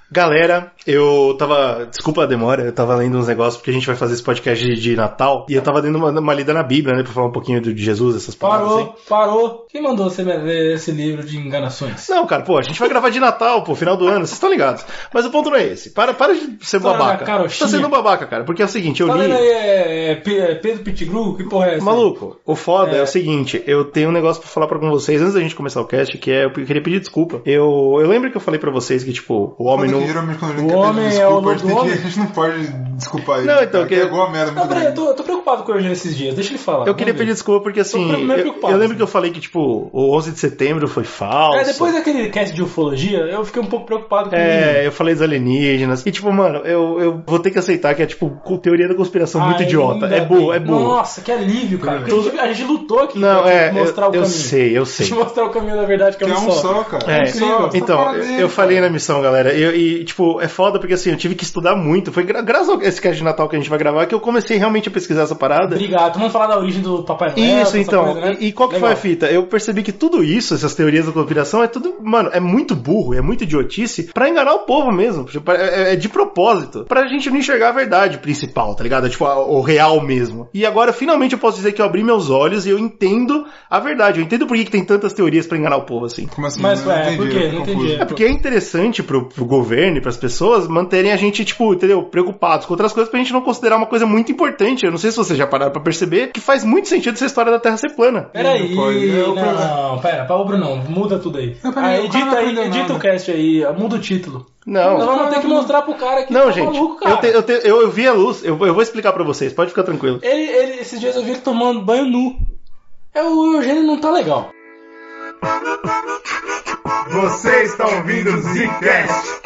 Galera, eu tava... Desculpa a demora, eu tava lendo uns negócios porque a gente vai fazer esse podcast de Natal e eu tava dando uma lida na Bíblia, né, pra falar um pouquinho de Jesus, essas palavras assim. Parou. Quem mandou você ler esse livro de enganações? Não, cara, pô, a gente vai gravar de Natal, pô, final do ano, vocês estão ligados. Mas o ponto não é esse. Para de ser babaca. Tá sendo babaca, cara, porque é o seguinte, eu li... Tá vendo aí, Pedro Pettigrew? Que porra é essa? Maluco, o foda é o seguinte, eu tenho um negócio pra falar com vocês antes da gente começar o cast, que é, eu queria pedir desculpa. Eu lembro que eu falei pra vocês que, tipo, o homem não... Geralmente quando a gente quer pedir desculpa, a gente não pode desculpar ele. Não, então... É igual a merda. Eu tô preocupado com o Eugênio esses dias, deixa ele falar. Eu queria pedir desculpa porque, assim, eu lembro que eu falei que, tipo, o 11 de setembro foi falso. Depois daquele cast de ufologia, eu fiquei um pouco preocupado com eu falei dos alienígenas. E, tipo, mano, eu vou ter que aceitar que é, tipo, teoria da conspiração muito idiota. É burro. Nossa, que alívio, cara. A gente lutou aqui pra mostrar o caminho. Eu sei. Te mostrar o caminho da verdade, que é um só. Cara. É incrível. Então, eu falei na missão, galera. E, tipo, é foda porque, assim, eu tive que estudar muito. Foi graças a esse cast de Natal que a gente vai gravar que eu comecei realmente a pesquisar essa parada. Obrigado. Vamos falar da origem do Papai Noel. Isso, então. Coisa, né? E qual que foi a fita? Eu percebi que tudo isso, essas teorias da conspiração, é tudo, mano, é muito burro, é muito idiotice pra enganar o povo mesmo. É de propósito. Pra gente não enxergar a verdade principal, tá ligado? É, tipo, o real mesmo. E agora, finalmente, eu posso dizer que eu abri meus olhos e eu entendo a verdade. Eu entendo por que tem tantas teorias pra enganar o povo, assim. Como assim? Mas, por quê? Não entendi. É porque é interessante pro governo e pras pessoas manterem a gente, tipo, entendeu? Preocupados com outras coisas pra gente não considerar uma coisa muito importante. Eu não sei se vocês já pararam pra perceber que faz muito sentido essa história da Terra ser plana. Peraí, pera, ô Bruno, muda tudo aí. Edita o cast aí, muda o título. Não. Nós vamos ter que mostrar pro cara que não, tá gente, maluco, cara. Eu vi a luz, eu vou explicar pra vocês, pode ficar tranquilo. Esses dias eu vi ele tomando banho nu. O Eugênio não tá legal. Você está ouvindo o Zcast.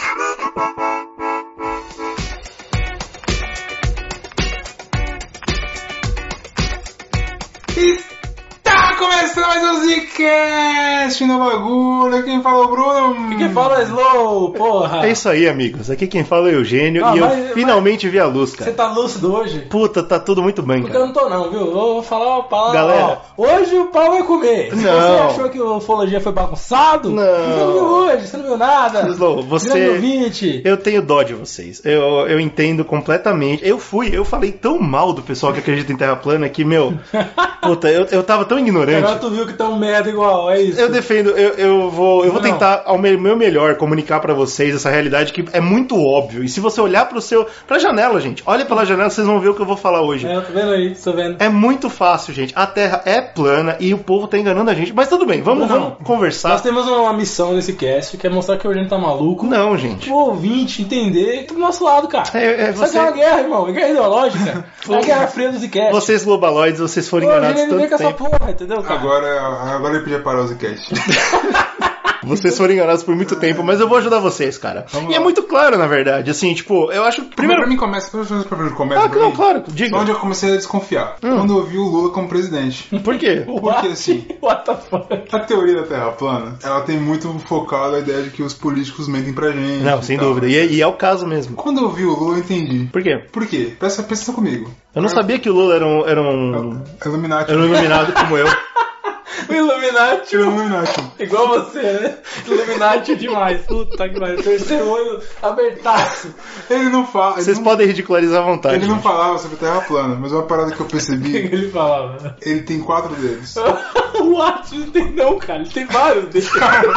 Tá começando mais um Zcast no bagulho. Quem fala é o Bruno. E quem fala é Slow, porra. É isso aí, amigos. Aqui quem fala é o Eugênio e eu finalmente vi a luz, cara. Você tá lúcido hoje? Puta, tá tudo muito bem, porque cara. Porque eu não tô não, viu? Vou falar uma palavra. Galera, hoje o pau vai comer. Não. Você achou que a ufologia foi bagunçado? Não. Você não viu hoje, você não viu nada. Slow, eu tenho dó de vocês. Eu entendo completamente. Eu falei tão mal do pessoal que acredita em Terra plana que, meu... Puta, eu tava tão ignorante. Agora tu viu que tá um merda igual, é isso. Eu defendo, eu vou tentar ao meu melhor comunicar pra vocês essa realidade que é muito óbvio. E se você olhar pra janela, gente, olha pela janela, vocês vão ver o que eu vou falar hoje. Eu tô vendo aí, tô vendo. É muito fácil, gente. A Terra é plana e o povo tá enganando a gente. Mas tudo bem, vamos conversar. Nós temos uma missão nesse cast que é mostrar que o Eugênio tá maluco. Não, gente. O ouvinte entender que tá do nosso lado, cara. Você... Isso é uma guerra, irmão. É guerra ideológica. É a guerra fria do Zcast. Vocês globaloides, vocês foram enganados tanto tempo. Essa porra, entendeu, cara? Agora ele podia parar o Zcast. Vocês foram enganados por muito tempo, mas eu vou ajudar vocês, cara. E é muito claro, na verdade. Assim, tipo, eu acho que primeiro... Pra mim começa... não, claro, diga. Só onde eu comecei a desconfiar. Quando eu vi o Lula como presidente. Por quê? Porque, assim... What the fuck? A teoria da Terra plana, ela tem muito focado a ideia de que os políticos mentem pra gente. Não, sem dúvida. E é o caso mesmo. Quando eu vi o Lula, eu entendi. Por quê? Por quê? Pensa comigo. Eu não sabia que o Lula era um Illuminati. Era um iluminado como eu. O Illuminati. Igual você, né? Illuminati demais. Puta que pariu. Terceiro olho abertaço. Ele não fala. Vocês podem ridicularizar à vontade. Ele não falava sobre Terra plana, mas uma parada que eu percebi. O que ele falava? Ele tem 4 dedos. O Arte não tem não, cara. Ele tem vários dedos. Caralho!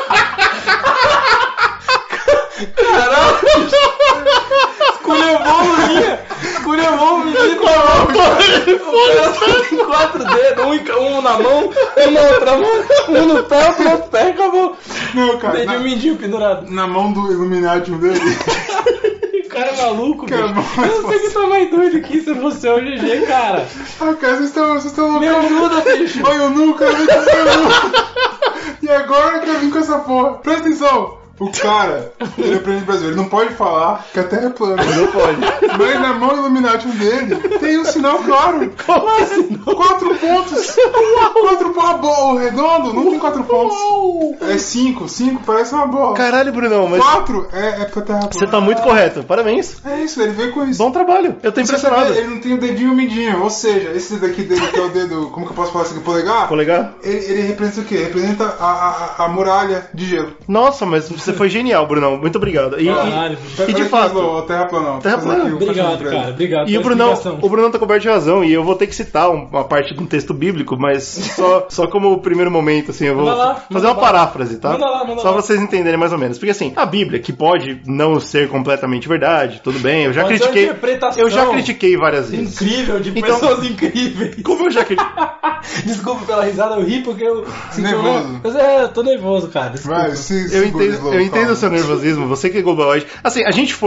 Esculhambou o menino com a mão. O cara tem 4 dedos, um na mão, um na outra mão, um no pé, outro no outro pé, acabou. Não, cara. Dedinho mindinho pendurado. Na mão do Illuminati dele. O cara é maluco, cara. Eu não sei que tá mais doido aqui se você é o GG, cara. Ah, cara, vocês estão loucos. Me ajuda, bicho. Olha, eu nunca. E agora que eu vim com essa porra. Presta atenção. O cara, ele é presidente brasileiro, ele não pode falar que a Terra é plana. Não pode. Mas na mão Illuminati dele tem um sinal claro. Como assim? 4 pontos. 4 pontos. A bola, o redondo não tem 4 pontos. É 5. 5 parece uma bola. Caralho, Brunão, mas... 4 é pra Terra plana. Você tá muito correto, parabéns. É isso, ele veio com isso. Bom trabalho, eu tô impressionado. Ele não tem o dedinho e o mindinho, ou seja, esse dedo aqui dele que é o dedo, como que eu posso falar assim, polegar? Polegar? Ele representa o quê? Representa a muralha de gelo. Nossa, mas Você foi genial, Brunão. Muito obrigado. E de fato... Terra plana. Obrigado, cara. Obrigado. E o Brunão tá coberto de razão. E eu vou ter que citar uma parte de um texto bíblico, mas só como primeiro momento, assim, eu vou fazer uma paráfrase, tá? Manda só pra vocês entenderem mais ou menos. Porque assim, a Bíblia, que pode não ser completamente verdade, tudo bem, eu já critiquei várias vezes. Incrível, de pessoas incríveis. Como eu já critiquei. Desculpa pela risada, eu ri porque eu nervoso. Mas eu tô nervoso, cara. Vai, eu entendo o seu nervosismo, você que é globaloide. Assim, a gente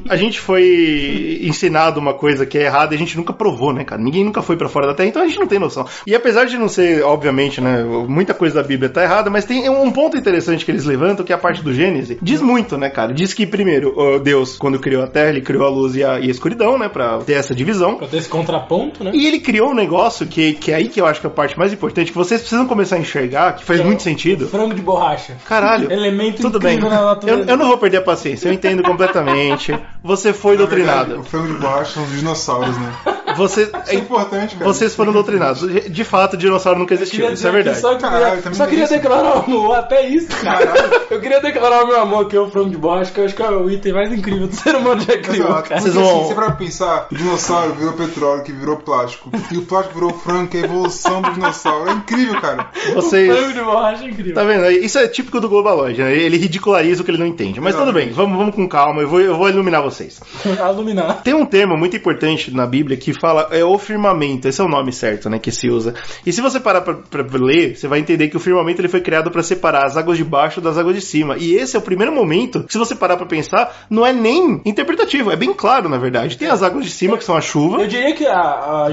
foi ensinado uma coisa que é errada e a gente nunca provou, né, cara? Ninguém nunca foi pra fora da Terra, então a gente não tem noção. E apesar de não ser, obviamente, né, muita coisa da Bíblia tá errada, mas tem um ponto interessante que eles levantam, que é a parte do Gênesis. Diz muito, né, cara? Diz que, primeiro, Deus, quando criou a Terra, ele criou a luz e a escuridão, né, pra ter essa divisão. Pra ter esse contraponto, né? E ele criou um negócio que é aí que eu acho que é a parte mais importante, que vocês precisam começar a enxergar, que faz muito sentido. Frango de borracha. Caralho. Elemento tudo bem. Na natureza. Eu não vou perder a paciência, eu entendo completamente. Você foi doutrinado. Verdade, o frango de borracha são os dinossauros, né? Isso é importante, cara. Vocês foram doutrinados. De fato, o dinossauro nunca existiu, isso é verdade. Só queria declarar o amor, até isso, cara. Eu queria declarar o meu amor, que é o frango de borracha, que eu acho que é o item mais incrível do ser humano já criou, cara. Vocês vão... Você vai pensar, o dinossauro virou petróleo, que virou plástico. E o plástico virou frango, que é a evolução do dinossauro. É incrível, cara. O frango de borracha é incrível. Tá vendo? Isso é típico do Globaloid, né? Ele ridiculariza o que ele não entende. Mas tudo bem, vamos com calma, eu vou iluminar vocês. Iluminar. Tem um termo muito importante na Bíblia que fala, o firmamento, esse é o nome certo, né, que se usa. E se você parar pra ler, você vai entender que o firmamento ele foi criado pra separar as águas de baixo das águas de cima. E esse é o primeiro momento que, se você parar pra pensar, não é nem interpretativo, é bem claro, na verdade. Tem as águas de cima, que são a chuva. Eu diria que o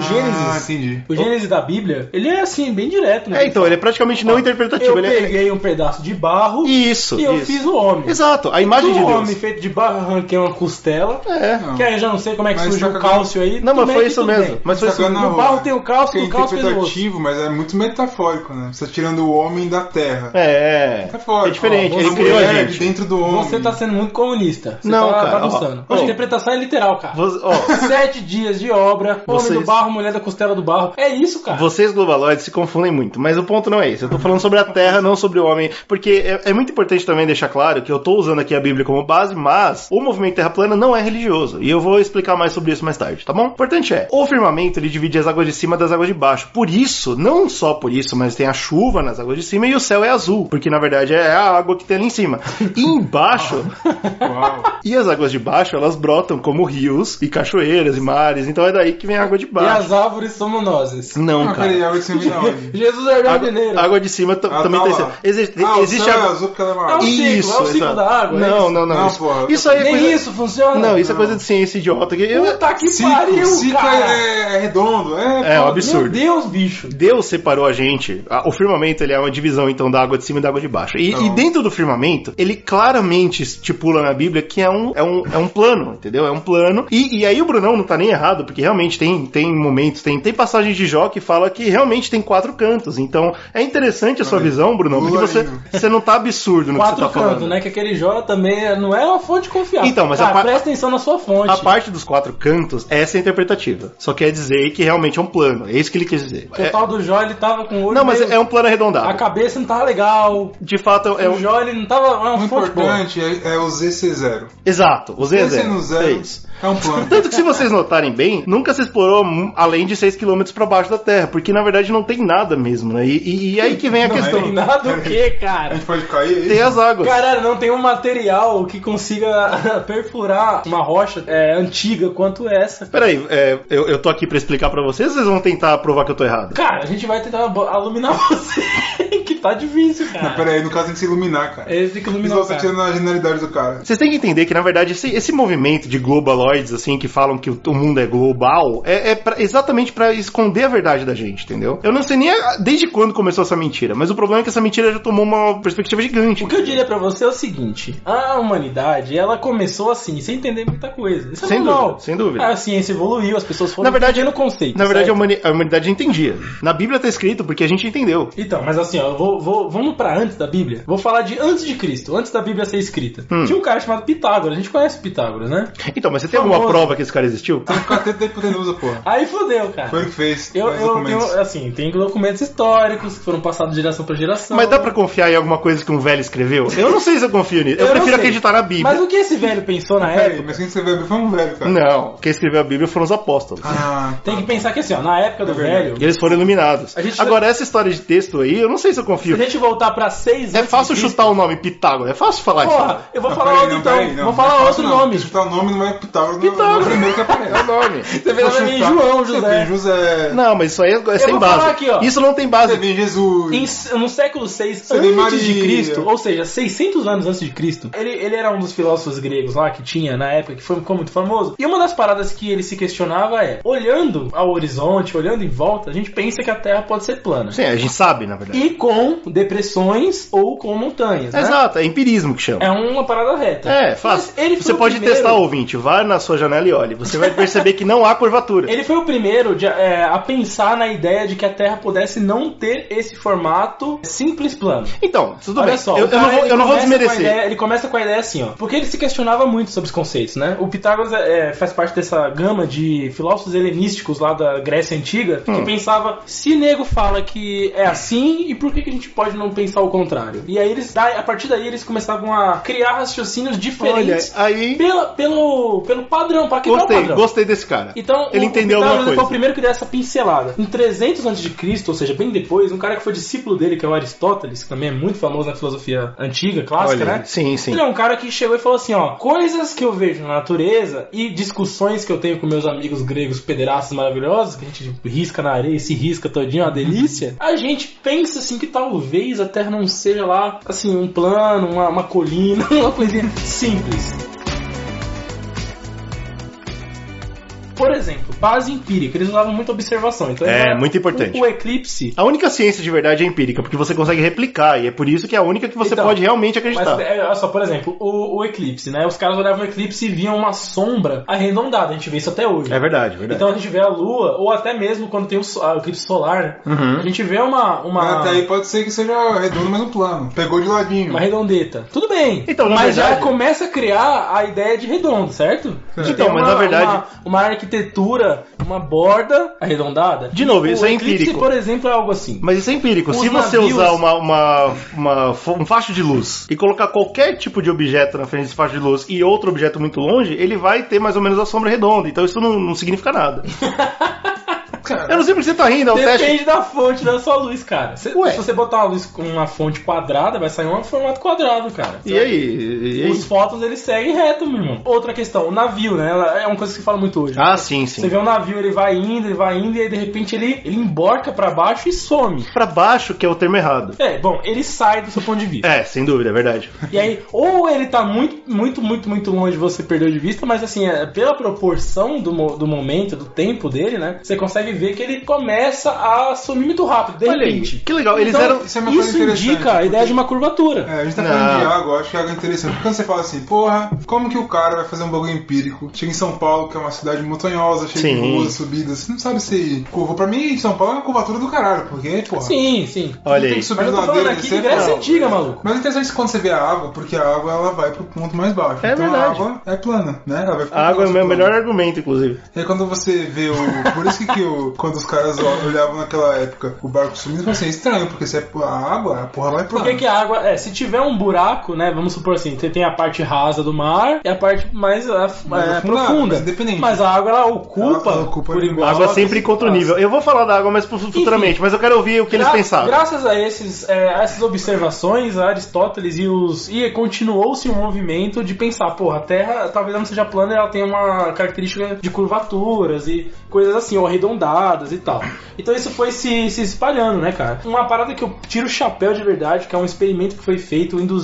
Gênesis, o Gênesis da Bíblia, ele é assim, bem direto, né? Então, ele é praticamente não interpretativo. Eu peguei um pedaço de barro e eu fiz o homem. Exato, a imagem de Deus. O homem feito de barro, arranquei uma costela. Que aí eu já não sei como é que surgiu o cálcio aí. Não, mas foi isso mesmo. Mas foi isso. No barro tem o cálcio, no cálcio fez o interpretativo, mas é muito metafórico, né? Você tá tirando o homem da terra. Metafórico. É diferente, ele criou a gente. Dentro do homem. Você tá sendo muito comunista. Você não, tá cara. bagunçando. A interpretação é literal, cara. 7 dias de obra, homem do barro, mulher da costela do barro. É isso, cara. Vocês globaloides se confundem muito, mas o ponto não é esse. Eu tô falando sobre a terra, não sobre o homem, porque é muito importante também deixar claro que eu tô usando aqui a Bíblia como base, mas o movimento Terra Plana não é religioso, e eu vou explicar mais sobre isso mais tarde, tá bom? O importante é, o firmamento, ele divide as águas de cima das águas de baixo. Por isso, não só por isso, mas tem a chuva nas águas de cima e o céu é azul, porque na verdade é a água que tem ali em cima. E embaixo, e as águas de baixo, elas brotam como rios e cachoeiras e mares, então é daí que vem a água de baixo. E as árvores somos nós. Não, cara. Peraí, a água de cima não. Jesus é jardineiro. A água de cima também tá tem. Existe a água azul porque ela é É o ciclo da água. Não. Isso aí é nem coisa... isso funciona. Não, isso é coisa de ciência idiota. Puta que pariu, ciclo cara. é redondo. É um absurdo. Meu Deus, bicho. Deus separou a gente. O firmamento, ele é uma divisão, então, da água de cima e da água de baixo. E dentro do firmamento, ele claramente estipula na Bíblia que é um plano, entendeu? É um plano. E aí o Brunão não tá nem errado, porque realmente tem momentos, tem passagens de Jó que fala que realmente tem 4 cantos. Então, é interessante a sua visão, Brunão, porque você não tá absurdo no que você tá falando. 4 cantos, né? Que aquele Jó também não é uma fonte confiável. Então, mas presta atenção na sua fonte. A parte dos 4 cantos, essa é interpretativa. Só quer dizer que realmente é um plano. É isso que ele quis dizer. O total do Jó, ele tava com o olho. Não, mas é um plano arredondado. A cabeça não tava legal. De fato, o Jó, ele não tava. O importante é o ZC0. Exato, o Z0. No zero, é isso. É um plano. Tanto que, se vocês notarem bem, nunca se explorou além de 6 km pra baixo da Terra, porque na verdade não tem nada mesmo, né? E aí que vem a questão. Não tem nada o quê, cara? A gente pode cair aí? Tem as águas. Caralho, não tem um material que consiga perfurar uma rocha antiga quanto essa. Peraí, eu tô aqui pra explicar pra vocês ou vocês vão tentar provar que eu tô errado? Cara, a gente vai tentar iluminar você, que tá difícil, cara. Não, peraí, no caso tem que se iluminar, cara. Tem que iluminar o cara. Você tirando a genialidade do cara. Vocês têm que entender que, na verdade, esse movimento de globaloids, assim, que falam que o mundo é global, exatamente pra esconder a verdade da gente, entendeu? Eu não sei nem desde quando começou essa mentira, mas o problema é que essa mentira já tomou uma perspectiva gigante. O que eu diria pra você é o seguinte: a humanidade, ela começou assim, sem entender muita coisa. Isso é sem normal. dúvida, sem dúvida. A ciência evoluiu, as pessoas foram entendendo o conceito. Na verdade, a humanidade entendia. Na Bíblia tá escrito porque a gente entendeu. Então, mas assim, ó, vamos pra antes da Bíblia. Vou falar de antes de Cristo, antes da Bíblia ser escrita. Tinha um cara chamado Pitágoras, a gente conhece Pitágoras, né? Então, mas você tem alguma famoso. prova que esse cara existiu? Tem um catete da hipotenusa, porra. Aí fudeu, cara. Foi ele que fez. Eu os documentos. tenho, assim, tem documentos históricos que foram passados de geração pra geração. Mas dá pra confiar em alguma coisa que um velho escreveu? Eu não sei se eu confio nisso. Eu não prefiro sei. acreditar na Bíblia. Mas o que esse velho pensou na Peraí, época? mas quem escreveu a Bíblia foi um velho, cara. Não, quem escreveu a Bíblia foram os apóstolos. Ah, Tem que pensar que assim, ó, na época do verdade. velho, E eles foram iluminados. A gente- Agora, essa história de texto aí, eu não sei se eu se confio. a gente voltar pra 6 É antes fácil de Cristo- chutar o nome Pitágoras. É fácil falar isso. Porra, eu vou Não, falar peraí, outro não, então. peraí, não, Vou não é falar fácil, outro não. nome. Se chutar o nome, não vai Pitágoras. Pitágoras. Não é o primeiro que aparece. É o nome. Você vê também João, Você José. vê José. Não, mas isso aí é sem vou base. falar aqui, ó. Isso não tem Você base. vê Jesus. No século 6 Você vê antes de Maria. Cristo, ou seja, 600 anos antes de Cristo, ele era um dos filósofos gregos lá que tinha na época, que ficou muito famoso. E uma das paradas que ele se questionava é, olhando ao horizonte, olhando em volta, a gente pensa que a Terra pode ser plana. Sim, a gente sabe, na verdade. E com depressões ou com montanhas, né? Exato, é empirismo que chama. É uma parada reta. É, fácil. Mas ele foi Você o pode primeiro- testar, ouvinte. Vai na sua janela e olhe. Você vai perceber que não há curvatura. Ele foi o primeiro a pensar na ideia de que a Terra pudesse não ter esse formato simples plano. Então, tudo Olha bem. só, eu o cara, não vou, ele eu não vou começa com a desmerecer. ideia- ele começa com a ideia assim, ó. Porque ele se questionava muito sobre os conceitos, né? O Pitágoras faz parte dessa gama de filósofos helenísticos lá da Grécia Antiga que pensava, se nego fala que é assim, e por que a gente pode não pensar o contrário? E aí a partir daí eles começavam a criar raciocínios Olha, diferentes aí pelo padrão, para quebrar o padrão. gostei desse cara. Então, ele entendeu o Pitágoras alguma foi o coisa. primeiro que deu essa pincelada. Em 300 a.C., ou seja, bem depois, um cara que foi discípulo dele, que é o Aristóteles, que também é muito famoso na filosofia antiga, clássica, Olha, né? sim, sim. Ele é um cara que chegou e falou assim, ó, coisas que eu vejo na natureza e discussões que eu tenho com meus amigos gregos pederastas maravilhosos, que a gente risca na areia e se risca todinho, uma delícia, a gente pensa assim que talvez a Terra não seja lá, assim, um plano, uma colina, uma coisinha simples. Por exemplo, base empírica, eles usavam muita observação. Então, Muito importante. O eclipse. A única ciência de verdade é empírica, porque você consegue replicar, e é por isso que é a única que você Então, pode realmente acreditar. Mas, olha só, por exemplo, o eclipse, né? Os caras olhavam o eclipse e viam uma sombra arredondada. A gente vê isso até hoje. É verdade, verdade. Então a gente vê a lua, ou até mesmo quando tem o eclipse solar, né? Uhum. A gente vê uma Até aí pode ser que seja redondo, mas no plano. Pegou de ladinho. redondeta. Tudo bem. Então, na mas verdade- já começa a criar a ideia de redondo, certo? De Então, ter mas na verdade- uma arquitetura, uma borda arredondada. De novo, isso é O eclipse, empírico. por exemplo, é algo assim. Mas isso é empírico. Os Se você navios- usar um facho de luz e colocar qualquer tipo de objeto na frente desse facho de luz e outro objeto muito longe, ele vai ter mais ou menos a sombra redonda. Então isso não significa nada. Eu não sei por que você tá rindo, é um teste. Depende da fonte da sua luz, cara. Ué. Se você botar uma luz com uma fonte quadrada, vai sair um formato quadrado, cara. E aí? Os fótons, eles seguem reto, meu irmão. Outra questão, o navio, né? É uma coisa que se fala muito hoje. Ah, sim, Você sim. vê um navio, ele vai indo, e aí de repente ele emborca pra baixo e some. Pra baixo, que é o termo errado. Bom, ele sai do seu ponto de vista. É, sem dúvida, é verdade. E aí, ou ele tá muito longe, você perdeu de vista, mas assim, pela proporção do momento, do tempo dele, né? Você consegue ver que ele começa a sumir muito rápido, de Olha aí, repente. que legal. Eles Então, eram. Isso é uma coisa Isso interessante, indica a porque- ideia de uma curvatura. É, a gente tá Não. falando de água, eu acho que água é interessante. Porque quando você fala assim, porra, como que o cara vai fazer um bagulho empírico? Chega em São Paulo, que é uma cidade montanhosa, cheia de Sim. ruas, subidas, você não sabe se curva. Pra mim, São Paulo é uma curvatura do caralho, porque, porra, Sim. Olha tem aí. que subir Mas eu tô falando ladeira, aqui de descer, Grécia não. Antiga, maluco. Mas é interessante quando você vê a água, porque a água ela vai pro ponto mais baixo. É então verdade. a água é plana, né? Ela vai ficar A água é o meu plana. melhor argumento, inclusive. E aí quando você vê Por isso que quando os caras olhavam naquela época o barco sumindo, eu falei assim, é estranho, porque se é a água, a porra vai Por plana. que a água... se tiver um buraco, né, vamos supor assim, você tem a parte rasa do mar e a parte mais afundada, profunda. mas independente. Mas a água, ela ocupa, Ela ocupa por ali igual. A água aquele sempre encontra o espaço. nível. Eu vou falar da água mais futuramente, mas eu quero ouvir o que eles pensavam. Graças a essas observações, Aristóteles e continuou-se um movimento de pensar, porra, a Terra talvez ela não seja plana, ela tem uma característica de curvaturas e coisas assim, ou arredondadas e tal. Então isso foi se espalhando, né, cara? Uma parada que eu tiro o chapéu de verdade, que é um experimento que foi feito em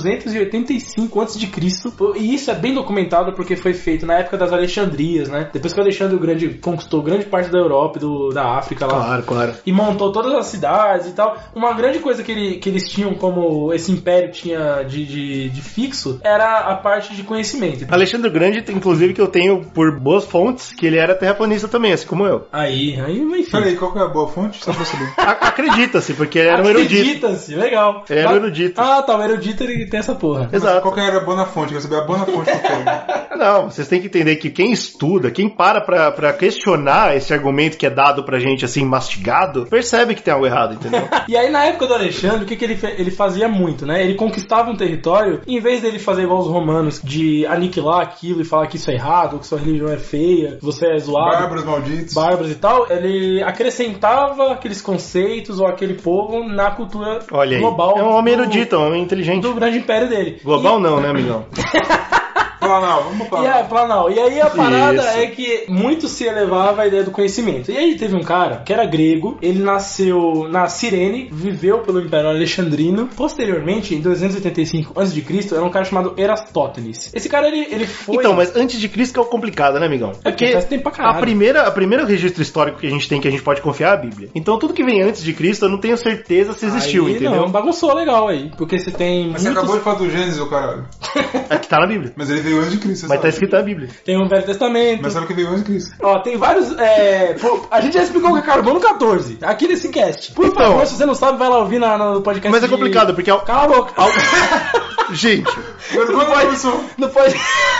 285 a.C. E isso é bem documentado porque foi feito na época das Alexandrias, né? Depois que o Alexandre o Grande conquistou grande parte da Europa e da África lá. Claro, claro. E montou todas as cidades e tal. Uma grande coisa que eles tinham, como esse império tinha de fixo, era a parte de conhecimento. Alexandre o Grande, inclusive, que eu tenho por boas fontes, que ele era terraplanista também, assim como eu. Aí, enfim. Peraí, qual que é a boa fonte? Só pra saber. Acredita-se, porque ele era um erudito. Acredita-se, legal. Ele era um erudito. Ah, tá, o erudito ele tem essa porra. Exato. Qual que era a boa fonte? Quer saber a boa fonte que eu quero. Não, vocês têm que entender que quem estuda, quem para pra questionar esse argumento que é dado pra gente, assim, mastigado, percebe que tem algo errado, entendeu? E aí, na época do Alexandre, o que ele fazia muito, né? Ele conquistava um território, e em vez dele fazer igual os romanos, de aniquilar aquilo e falar que isso é errado, que sua religião é feia, que você é zoado, Bárbaros malditos. bárbaros e tal, ele acrescentava aqueles conceitos ou aquele povo na cultura Olha aí. global. É um homem erudito, é um homem inteligente. Do grande império dele. Global não, né, amigão? Planal, vamos E, falar. Planal. E aí a parada Isso. é que muito se elevava a ideia do conhecimento. E aí teve um cara que era grego, ele nasceu na Cirene, viveu pelo Império Alexandrino. Posteriormente, em 285 a.C., era um cara chamado Erastótenes. Esse cara, ele foi... Então, mas antes de Cristo que é o complicado, né, amigão? porque faz tempo pra caralho. a primeira registro histórico que a gente tem, que a gente pode confiar, é a Bíblia. Então tudo que vem antes de Cristo, eu não tenho certeza se existiu, Aí, entendeu? Não, bagunçou legal aí. Porque você tem Mas você acabou de falar do Gênesis, ô caralho. É que tá na Bíblia. Mas ele veio antes de Cristo, você Mas tá sabe. escrito na Bíblia. Tem o Velho Testamento. Mas sabe que veio antes de Cristo. Ó, tem vários. A gente já explicou o que é carbono 14, aqui nesse cast. Por Então. favor, se você não sabe, vai lá ouvir no podcast. Mas é complicado, porque... Cala a boca. Gente, Não pode.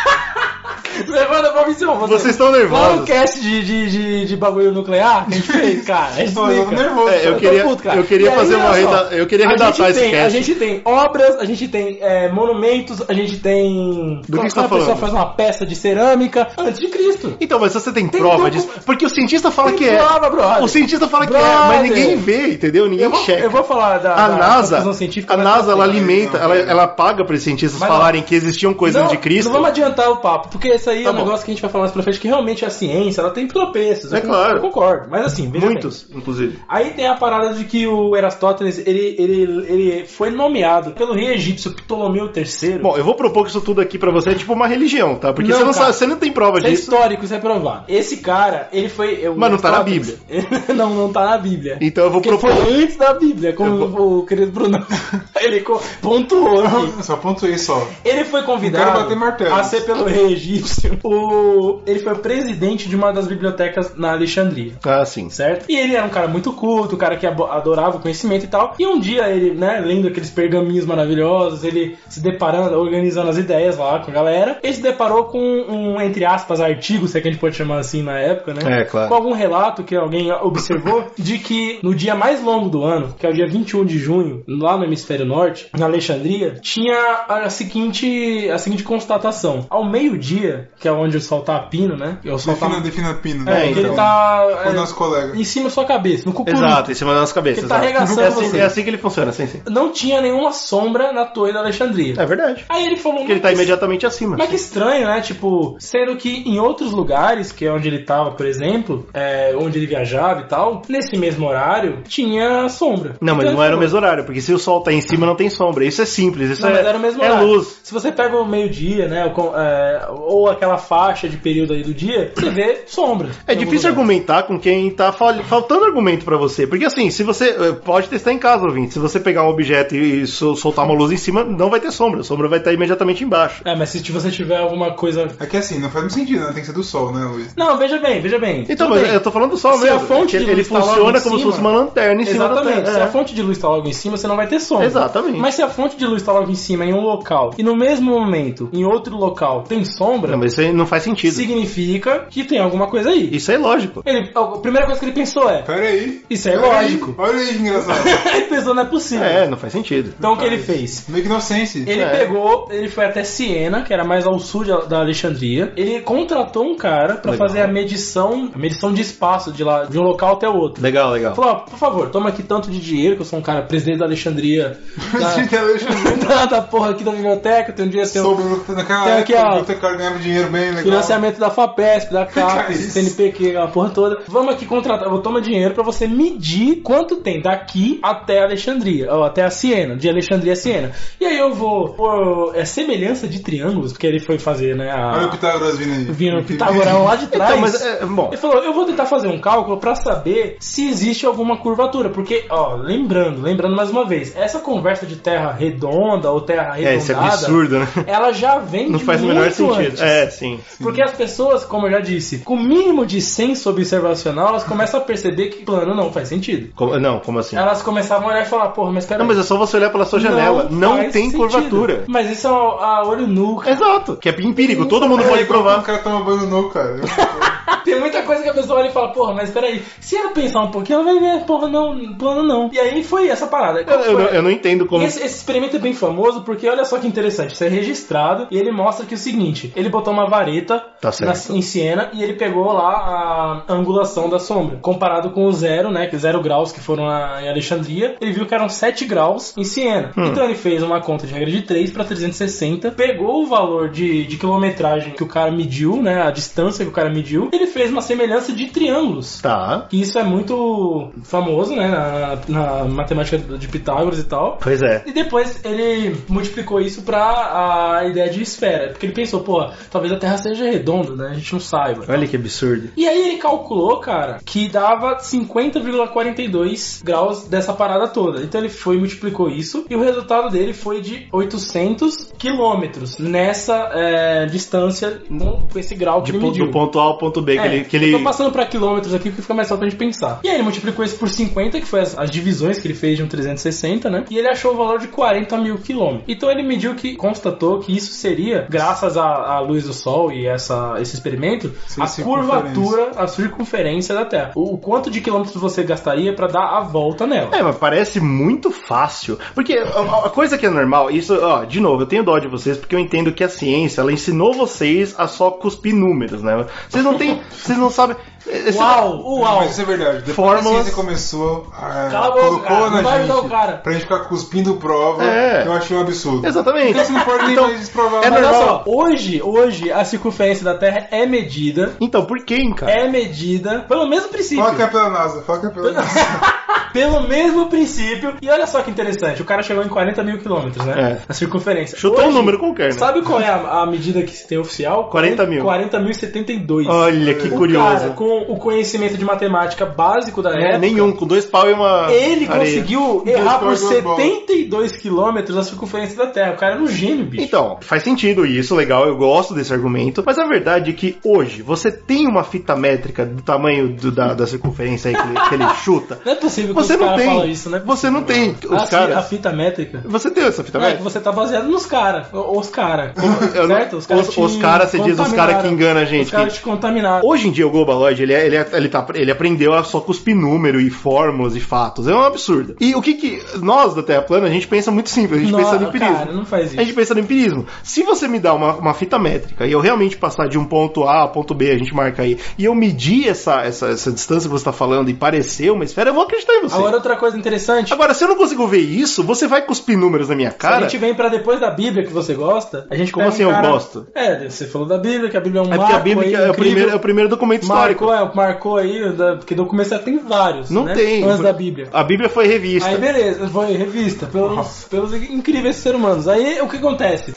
Levanta pra missão. vocês estão Lá no nervosos. cast de bagulho nuclear que a gente fez, cara. A gente Eu tô explica. nervoso. Eu tô queria E fazer aí, uma olha só, eu queria a redatar gente esse tem, cast. A gente tem obras, a gente tem monumentos, a gente tem... Do que você quando tá a pessoa falando? faz uma peça de cerâmica antes de Cristo. Então, mas você tem Tem prova prova. disso? Porque o cientista fala Tem que é. prova, brother. O cientista fala que é, Brother. mas ninguém vê, entendeu? Ninguém checa. Eu vou falar da A NASA, conclusão científica. a mas NASA, ela assim, alimenta, ela paga para os cientistas Mas falarem que existiam coisas não, antes de Cristo. Não vamos adiantar o papo, porque esse aí Tá é um bom. negócio que a gente vai falar mais pra frente, que realmente a ciência, ela tem tropeços. É claro. Eu concordo, mas assim, veja Muitos, bem. inclusive. Aí tem a parada de que o Erastótenes, ele foi nomeado pelo rei egípcio Ptolomeu III. Bom, eu vou propor que isso tudo aqui pra você é tipo uma religião, tá? Porque Não, você não cara. sabe, você não tem prova Isso é disso. histórico, isso é provado. Esse cara, ele foi... Mas não tá na Aristóteles- não tá na Bíblia. Então eu vou Porque propor. foi antes da Bíblia, como o querido Bruno. Ele pontuou aqui. Só pontuei só. Ele foi Não convidado quero bater martelo. a ser pelo rei egípcio. Ele foi o presidente de uma das bibliotecas na Alexandria. Ah, sim. Certo? E ele era um cara muito culto, um cara que adorava o conhecimento e tal. E um dia ele, né, lendo aqueles pergaminhos maravilhosos, ele se deparando, organizando as ideias lá com a galera, ele se deparou com um, entre aspas, artigo, se é que a gente pode chamar assim na época, né? É, claro. Com algum relato que alguém observou de que no dia mais longo do ano, que é o dia 21 de junho, lá no hemisfério norte, na Alexandria, tinha a seguinte constatação. Ao meio-dia, que é onde o sol tá a pino, né? E o sol tá... Defina pino. É, né? que ele tá O nosso colega. em cima da sua cabeça, no cucuruto. Exato, em cima das nossas cabeças. Que tá exato. arregaçando você. É assim que ele funciona, sim, sim. Não tinha nenhuma sombra na torre da Alexandria. É verdade. Aí ele falou... Porque ele tá imediatamente acima. Mas que estranho, né? Tipo, sendo que em outros lugares, que é onde ele tava, por exemplo, onde ele viajava e tal, nesse mesmo horário, tinha sombra. Não, mas Então não ele era o falou, mesmo horário, porque se o sol tá em cima não tem sombra. Isso é simples, isso Não, é, mas era o mesmo é horário. luz. Se você pega o meio-dia, né? Ou aquela faixa de período aí do dia, você vê sombra. É difícil argumentar com quem tá faltando argumento pra você. Porque assim, se você pode testar em casa, ouvinte. Se você pegar um objeto e soltar uma luz em cima, não vai ter sombra. A sombra vai estar imediatamente embaixo. Mas se você tiver alguma coisa... É que assim, não faz muito sentido, né? Tem que ser do sol, né, Luiz? Não, veja bem. Então, Tudo mas bem. eu tô falando do sol Se a mesmo. fonte que de ele luz tá logo funciona em como se cima- fosse uma lanterna em cima da Exatamente. terra. Se a fonte de luz tá logo em cima, você não vai ter sombra. Exatamente. Mas se a fonte de luz tá logo em cima em um local e no mesmo momento, em outro local, tem sombra, Não, mas isso aí não faz sentido. significa que tem alguma coisa aí. Isso é lógico. A primeira coisa que ele pensou é: Pera aí. isso é Pera aí. lógico. Olha aí que engraçado. Ele pensou, não é possível. Não faz sentido. Então o que ele fez? Meio que inocência. Ele ele foi até Siena, que era mais ao sul da Alexandria. Ele contratou um cara pra Legal. fazer a medição de espaço de um local até o outro. Legal, legal. Falou, ó, por favor, toma aqui tanto de dinheiro, que eu sou um cara presidente da Alexandria. Da porra aqui da biblioteca, tem um dia tem Sobre naquela tem aqui, época, ó, o bibliotecário ganhava dinheiro bem legal. financiamento da FAPESP, da CAPES, isso? CNPq, a porra toda. Vamos aqui contratar, eu vou tomar dinheiro pra você medir quanto tem daqui até Alexandria, ou até a Siena, de Alexandria a Siena. E aí eu vou por semelhança de triângulos, porque ele foi fazer, né, Olha o Pitágoras vindo aí. vindo o Pitagorão lá de trás. Então, mas, bom, Ele falou, eu vou tentar fazer um cálculo pra saber se existe alguma curvatura, porque, ó, lembrando mais uma vez, essa conversa de terra redonda ou terra arredondada, isso é absurdo, né? ela já vem Não de faz o muito menor sentido. antes. Sim. Porque Porque as pessoas, como eu já disse, com o mínimo de senso observacional, elas começam a perceber que plano não faz sentido. Como assim? Elas começavam a olhar e falar, porra, mas peraí. Não, mas é só você olhar pela sua janela. Não faz tem sentido. curvatura. Mas isso é a olho nu, cara. Exato. Que é empírico. Todo mundo pode O provar. cara toma banho nu, cara. Tem muita coisa que a pessoa olha e fala, porra, mas peraí, se ela pensar um pouquinho, ela vai ver, porra, não, plano não. E aí foi essa parada. Eu não entendo como... Esse experimento é bem famoso porque olha só que interessante, isso é registrado e ele mostra que é o seguinte, ele botou uma vareta em Siena e ele pegou lá a angulação da sombra, comparado com o 0, né, que 0 graus que foram em Alexandria, ele viu que eram 7 graus em Siena. Então ele fez uma conta de regra de 3 para 360, pegou o valor de quilometragem que o cara mediu, né, a distância que o cara mediu, ele fez uma semelhança de triângulos. Tá. E isso é muito famoso, né, na matemática de Pitágoras e tal. Pois é. E depois ele multiplicou isso pra a ideia de esfera. Porque ele pensou, pô, talvez a Terra seja redonda, né? A gente não saiba. Olha que absurdo. E aí ele calculou, cara, que dava 50,42 graus dessa parada toda. Então ele foi e multiplicou isso. E o resultado dele foi de 800 quilômetros nessa distância com esse grau que ele mediu. Do ponto A ao ponto B. Eu tô passando pra quilômetros aqui porque fica mais fácil pra gente pensar. E aí ele multiplicou isso por 50, que foi as divisões que ele fez de um 360, né? E ele achou o valor de 40 mil quilômetros. Então ele mediu constatou que isso seria, graças à luz do Sol e esse experimento, a curvatura, a circunferência da Terra. O quanto de quilômetros você gastaria pra dar a volta nela. Mas parece muito fácil. Porque a coisa que é normal, isso, de novo, eu tenho dó de vocês, porque eu entendo que a ciência, ela ensinou vocês a só cuspir números, né? Vocês não sabem... Uau! Mas isso é verdade. Depois Fórmulas... que a ciência começou, colocou cara, na gente pra gente ficar cuspindo prova, eu achei um absurdo. Exatamente. Então você não pode nem mais desprovar. Mas olha só, hoje a circunferência da Terra é medida. Então, por quem, cara? É medida pelo mesmo princípio. Fala que é pela NASA, Pelo mesmo princípio. E olha só que interessante, o cara chegou em 40 mil quilômetros, né? A circunferência. Chutou um número qualquer, né? Sabe qual é a medida que se tem oficial? 40 mil. 40.072. Olha, que curioso. Cara, com o conhecimento de matemática básico da época... Nenhum, com 2 pau e uma Ele areia. conseguiu errar por 72 quilômetros a circunferência da Terra. O cara era um gênio, bicho. Então, faz sentido isso, legal, eu gosto desse argumento, mas a verdade é que hoje você tem uma fita métrica do tamanho da circunferência aí que ele chuta. Não é possível que você os não caras tem. falam isso, né? Você não tem. Os caras... A fita métrica? Você tem essa fita É que métrica? você tá baseado nos caras. Os caras. Certo? Os caras os caras, você diz os caras que enganam a gente. Os caras te contaminaram. Hoje em dia o Globaloid, ele aprendeu a só cuspir número e fórmulas e fatos. É um absurdo. E o que nós da Terra plana, a gente pensa muito simples, a gente pensa no empirismo. Cara, não faz isso. A gente pensa no empirismo. Se você me dá uma fita métrica e eu realmente passar de um ponto A a ponto B, a gente marca aí, e eu medir essa distância que você tá falando e parecer uma esfera, eu vou acreditar em você. Agora, outra coisa interessante. Agora, se eu não consigo ver isso, você vai cuspir números na minha cara? Se a gente vem pra depois da Bíblia que você gosta, a gente Como assim eu gosto? Você falou da Bíblia, que a Bíblia é um marco. Porque a Bíblia aí, é o primeiro documento histórico. Marcou aí, porque documento tem vários. Não né? tem. Antes da Bíblia. A Bíblia foi revista. Aí beleza, foi revista pelos incríveis seres humanos. Aí o que acontece?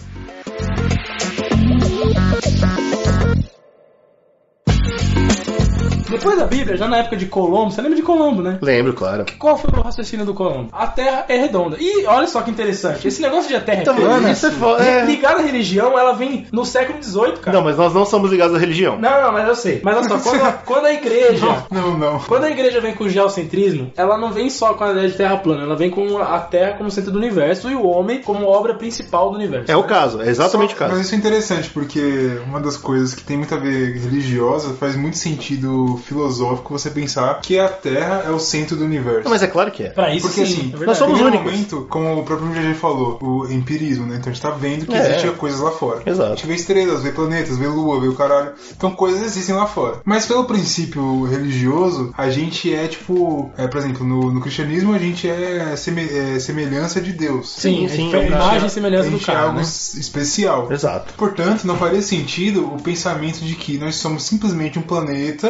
Depois da Bíblia, já na época de Colombo, você lembra de Colombo, né? Lembro, claro. Qual foi o raciocínio do Colombo? A Terra é redonda. E olha só que interessante, esse negócio de a Terra é plana, isso é foda. Ligada à religião, ela vem no século XVIII, cara. Não, mas nós não somos ligados à religião. Não, mas eu sei. Mas olha só, quando a igreja... Não. Quando a igreja vem com o geocentrismo, ela não vem só com a ideia de terra plana, ela vem com a Terra como centro do universo e o homem como obra principal do universo. É o caso, é exatamente o caso. Mas isso é interessante, porque uma das coisas que tem muito a ver religiosa faz muito sentido filosófico você pensar que a Terra é o centro do universo. Não, mas é claro que é. Pra isso, porque sim, assim, é verdade. nós somos no únicos. momento, como o próprio GG falou, o empirismo, né? Então a gente tá vendo que existem coisas lá fora. Exato. A gente vê estrelas, vê planetas, vê lua, vê o caralho. Então coisas existem lá fora. Mas pelo princípio religioso, a gente é tipo... por exemplo, no cristianismo a gente é semelhança de Deus. Sim, sim, é imagem e semelhança do é cara, algo né? especial. Exato. Portanto, não faria sentido o pensamento de que nós somos simplesmente um planeta